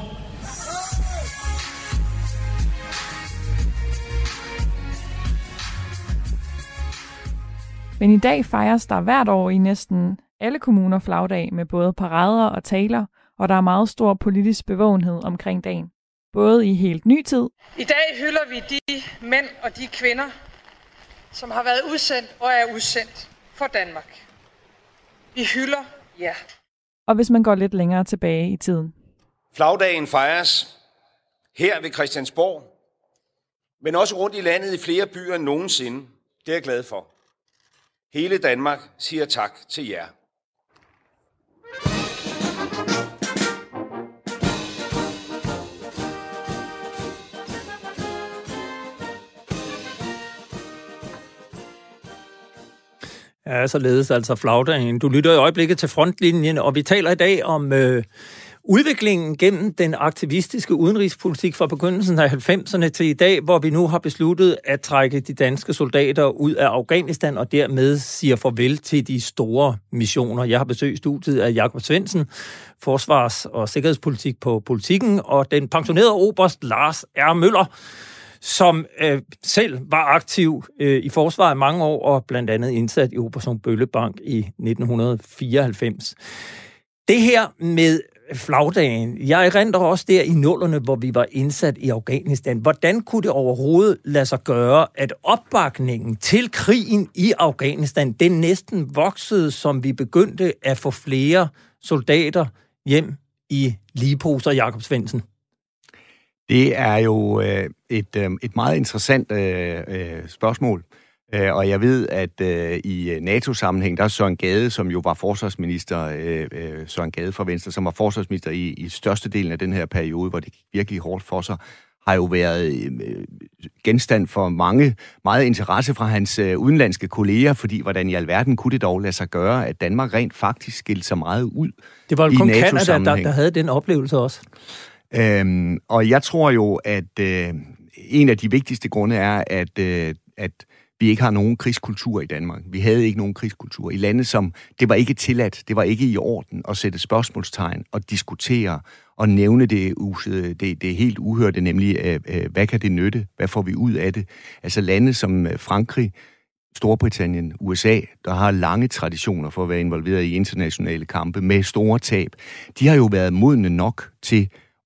Men i dag fejres der hvert år i næsten alle kommuner flagdag med både parader og taler, og der er meget stor politisk bevågenhed omkring dagen. Både i helt ny tid. I dag hylder vi de mænd og de kvinder, som har været udsendt og er udsendt for Danmark. Vi hylder jer. Og hvis man går lidt længere tilbage i tiden. Flagdagen fejres her ved Christiansborg, men også rundt i landet i flere byer end nogensinde. Det er jeg glad for. Hele Danmark siger tak til jer. Ja, således altså flagdagen. Du lytter i øjeblikket til Frontlinjen, og vi taler i dag om øh, udviklingen gennem den aktivistiske udenrigspolitik fra begyndelsen af halvfemserne til i dag, hvor vi nu har besluttet at trække de danske soldater ud af Afghanistan og dermed siger farvel til de store missioner. Jeg har besøgt studiet af Jakob Svendsen, forsvars- og sikkerhedspolitik på Politikken, og den pensionerede oberst Lars R. Møller, som øh, selv var aktiv øh, i forsvaret mange år, og blandt andet indsat i Operation Bøllebank i nitten fireoghalvfems. Det her med flagdagen, jeg erindrer også der i nullerne, hvor vi var indsat i Afghanistan. Hvordan kunne det overhovedet lade sig gøre, at opbakningen til krigen i Afghanistan, den næsten voksede, som vi begyndte at få flere soldater hjem i ligeposer, Jakob Svendsen? Det er jo øh, et, øh, et meget interessant øh, øh, spørgsmål, øh, og jeg ved, at øh, i NATO-sammenhæng, der er Søren Gade, som jo var forsvarsminister, øh, øh, Søren Gade fra Venstre, som var forsvarsminister i, i størstedelen af den her periode, hvor det gik virkelig hårdt for sig, har jo været øh, genstand for mange, meget interesse fra hans øh, udenlandske kolleger, fordi hvordan i alverden kunne det dog lade sig gøre, at Danmark rent faktisk skilte sig meget ud. Det var jo kun Canada, der, der havde den oplevelse også. Øhm, og jeg tror jo, at øh, en af de vigtigste grunde er, at, øh, at vi ikke har nogen krigskultur i Danmark. Vi havde ikke nogen krigskultur. I lande, som det var ikke tilladt, det var ikke i orden at sætte spørgsmålstegn og diskutere og nævne det, det, det helt uhørte, nemlig øh, øh, hvad kan det nytte? Hvad får vi ud af det? Altså lande som Frankrig, Storbritannien, U S A, der har lange traditioner for at være involveret i internationale kampe med store tab, de har jo været modne nok til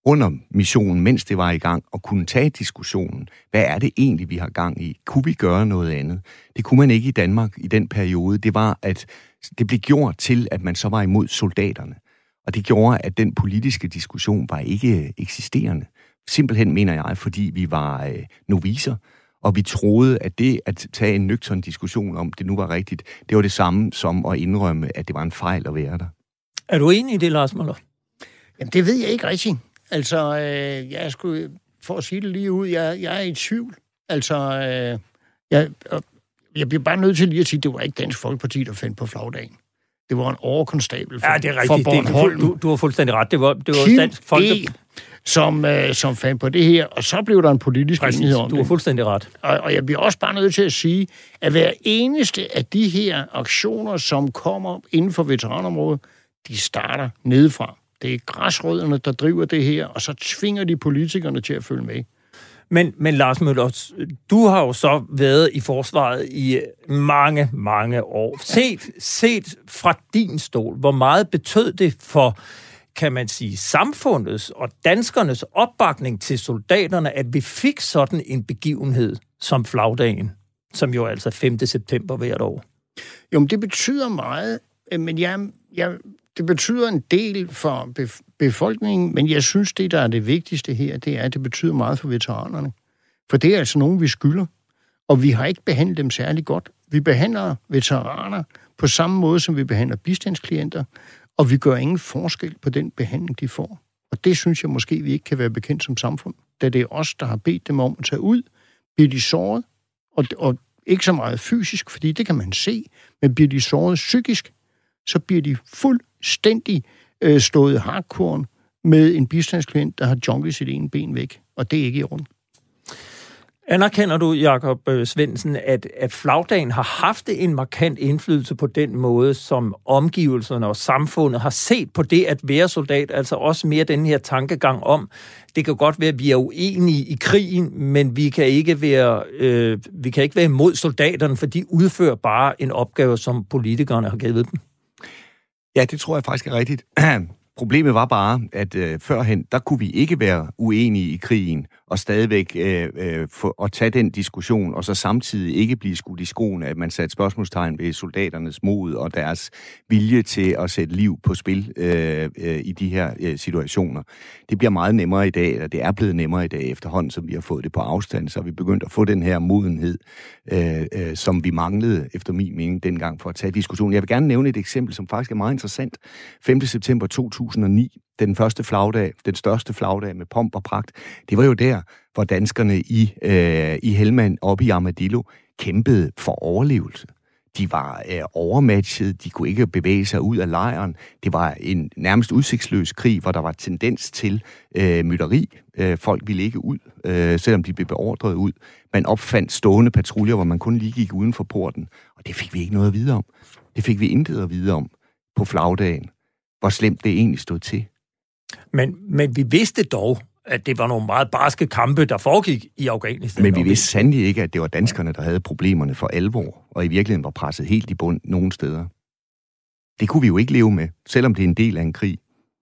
under missionen, mens det var i gang, og kunne tage diskussionen. Hvad er det egentlig, vi har gang i? Kunne vi gøre noget andet? Det kunne man ikke i Danmark i den periode. Det var, at det blev gjort til, at man så var imod soldaterne. Og det gjorde, at den politiske diskussion var ikke eksisterende. Simpelthen, mener jeg, fordi vi var øh, novicer, og vi troede, at det at tage en nøgtern diskussion om, det nu var rigtigt, det var det samme som at indrømme, at det var en fejl at være der. Er du enig i det, Lars Møller? Jamen, det ved jeg ikke rigtigt. Altså, øh, jeg skulle, for at sige det lige ud, jeg, jeg er i tvivl. Altså, øh, jeg, jeg bliver bare nødt til lige at sige, at det var ikke Dansk Folkeparti, der fandt på flagdagen. Det var en overkonstabel for, ja, det er rigtigt. for Bornholm. Du, du har fuldstændig ret. Det var, det var Dansk Folkeparti, som, øh, som fandt på det her, og så blev der en politisk enighed om det. Du har fuldstændig ret. Og, og jeg bliver også bare nødt til at sige, at hver eneste af de her aktioner, som kommer inden for veteranområdet, de starter nedefra. Det er græsrødderne, der driver det her, og så tvinger de politikerne til at følge med. Men, men Lars Møller, du har jo så været i forsvaret i mange, mange år. Set, set fra din stol, hvor meget betød det for, kan man sige, samfundets og danskernes opbakning til soldaterne, at vi fik sådan en begivenhed som flagdagen, som jo altså femte september hvert år? Jo, men det betyder meget, men jeg... jeg det betyder en del for befolkningen, men jeg synes, det, der er det vigtigste her, det er, at det betyder meget for veteranerne. For det er altså nogen, vi skylder, og vi har ikke behandlet dem særlig godt. Vi behandler veteraner på samme måde, som vi behandler bistandsklienter, og vi gør ingen forskel på den behandling, de får. Og det synes jeg måske, vi ikke kan være bekendt som samfund, da det er os, der har bedt dem om at tage ud, bliver de såret, og, og ikke så meget fysisk, fordi det kan man se, men bliver de såret psykisk, så bliver de fuldstændig øh, slået hardcore med en bistandsklient, der har junglet sit ene ben væk. Og det er ikke i orden. Anerkender du, Jakob Svendsen, at, at flagdagen har haft en markant indflydelse på den måde, som omgivelserne og samfundet har set på det at være soldat? Altså også mere den her tankegang om, det kan godt være, at vi er uenige i krigen, men vi kan ikke være, øh, vi kan ikke være imod soldaterne, for de udfører bare en opgave, som politikerne har givet dem. Ja, det tror jeg faktisk er rigtigt. Problemet var bare, at øh, førhen, der kunne vi ikke være uenige i krigen, og stadigvæk øh, øh, for, at tage den diskussion, og så samtidig ikke blive skudt i skoene, at man satte spørgsmålstegn ved soldaternes mod og deres vilje til at sætte liv på spil øh, øh, i de her øh, situationer. Det bliver meget nemmere i dag, eller det er blevet nemmere i dag efterhånden, som vi har fået det på afstand, så vi begyndt at få den her modenhed, øh, øh, som vi manglede, efter min mening, dengang for at tage diskussionen. Jeg vil gerne nævne et eksempel, som faktisk er meget interessant. femte september to tusind og ni, den første flagdag, den største flagdag med pomp og pragt, det var jo der, hvor danskerne i, øh, i Helmand oppe i Armadillo kæmpede for overlevelse. De var øh, overmatchet, de kunne ikke bevæge sig ud af lejren. Det var en nærmest udsigtsløs krig, hvor der var tendens til øh, mytteri. Øh, folk ville ikke ud, øh, selvom de blev beordret ud. Man opfandt stående patruljer, hvor man kun lige gik uden for porten. Og det fik vi ikke noget at vide om. Det fik vi intet at vide om på flagdagen, hvor slemt det egentlig stod til. Men, men vi vidste dog, at det var nogle meget barske kampe, der foregik i Afghanistan. Men vi vidste sandelig ikke, at det var danskerne, der havde problemerne for alvor, og i virkeligheden var presset helt i bund nogle steder. Det kunne vi jo ikke leve med, selvom det er en del af en krig.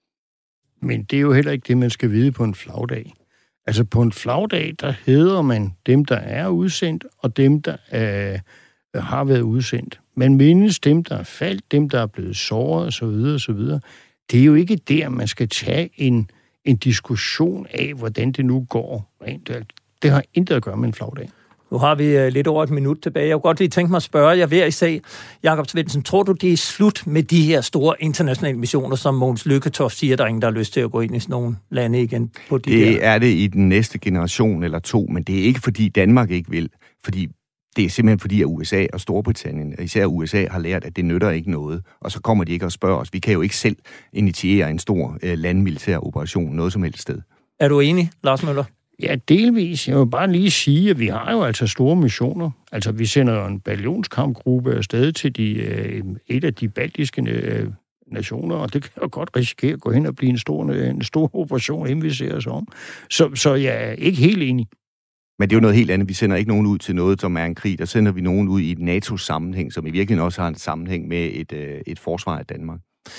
Men det er jo heller ikke det, man skal vide på en flagdag. Altså på en flagdag, der hedder man dem, der er udsendt, og dem, der øh, har været udsendt. Man mindes dem, der er faldt, dem, der er blevet såret osv. osv. Det er jo ikke der, man skal tage en, en diskussion af, hvordan det nu går. Det har intet at gøre med en flagdag. Nu har vi lidt over et minut tilbage. Jeg kunne godt lige tænke mig at spørge jer hver især. Jakob Svendsen, tror du, det er slut med de her store internationale missioner, som Mogens Lykketoft siger, der er ingen, der har lyst til at gå ind i sådan nogle lande igen? På de det der? Er det i den næste generation eller to, men det er ikke, fordi Danmark ikke vil. Fordi det er simpelthen fordi, at U S A og Storbritannien, især U S A, har lært, at det nytter ikke noget. Og så kommer de ikke og spørger os. Vi kan jo ikke selv initiere en stor øh, landmilitær operation noget som helst sted. Er du enig, Lars Møller? Ja, delvis. Jeg vil bare lige sige, at vi har jo altså store missioner. Altså, vi sender jo en ballionskampgruppe afsted til de, øh, et af de baltiske øh, nationer, og det kan jo godt risikere at gå hen og blive en stor, en stor operation, inden vi ser os om. Så, så jeg er ikke helt enig. Men det er jo noget helt andet. Vi sender ikke nogen ud til noget, som er en krig. Der sender vi nogen ud i et NATO-sammenhæng, som i virkeligheden også har en sammenhæng med et, øh, et forsvar af Danmark.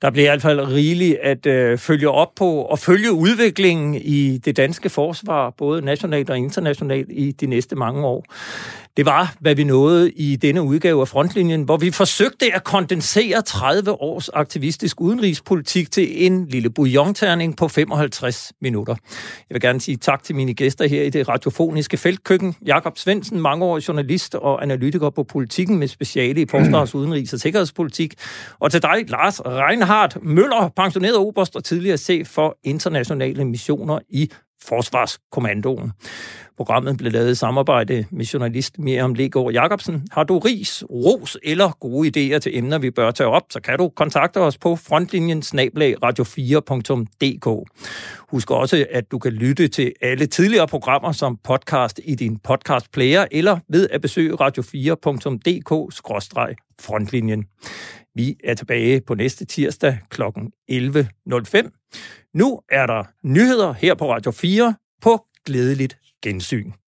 Der bliver i hvert fald rigeligt at øh, følge op på og følge udviklingen i det danske forsvar, både nationalt og internationalt, i de næste mange år. Det var, hvad vi nåede i denne udgave af Frontlinjen, hvor vi forsøgte at kondensere tredive års aktivistisk udenrigspolitik til en lille bouillonterning på femoghalvtreds minutter. Jeg vil gerne sige tak til mine gæster her i det radiofoniske feltkøkken. Jakob Svendsen, mangeårig journalist og analytiker på Politikken med speciale i forsvars-, udenrigs- og sikkerhedspolitik. Og til dig, Lars Reinhardt Møller, pensioneret oberst og tidligere chef for internationale missioner i Forsvarskommandoen. Programmet blev lavet i samarbejde med journalist Miriam Legaard Jacobsen. Har du ris, ros eller gode idéer til emner, vi bør tage op, så kan du kontakte os på frontlinjen snabel-a radio fire punktum d k. Husk også, at du kan lytte til alle tidligere programmer som podcast i din podcastplayer eller ved at besøge radio fire punktum d k skråstreg frontlinjen. Vi er tilbage på næste tirsdag kl. elleve nul fem. Nu er der nyheder her på Radio fire på glædeligt gensyn.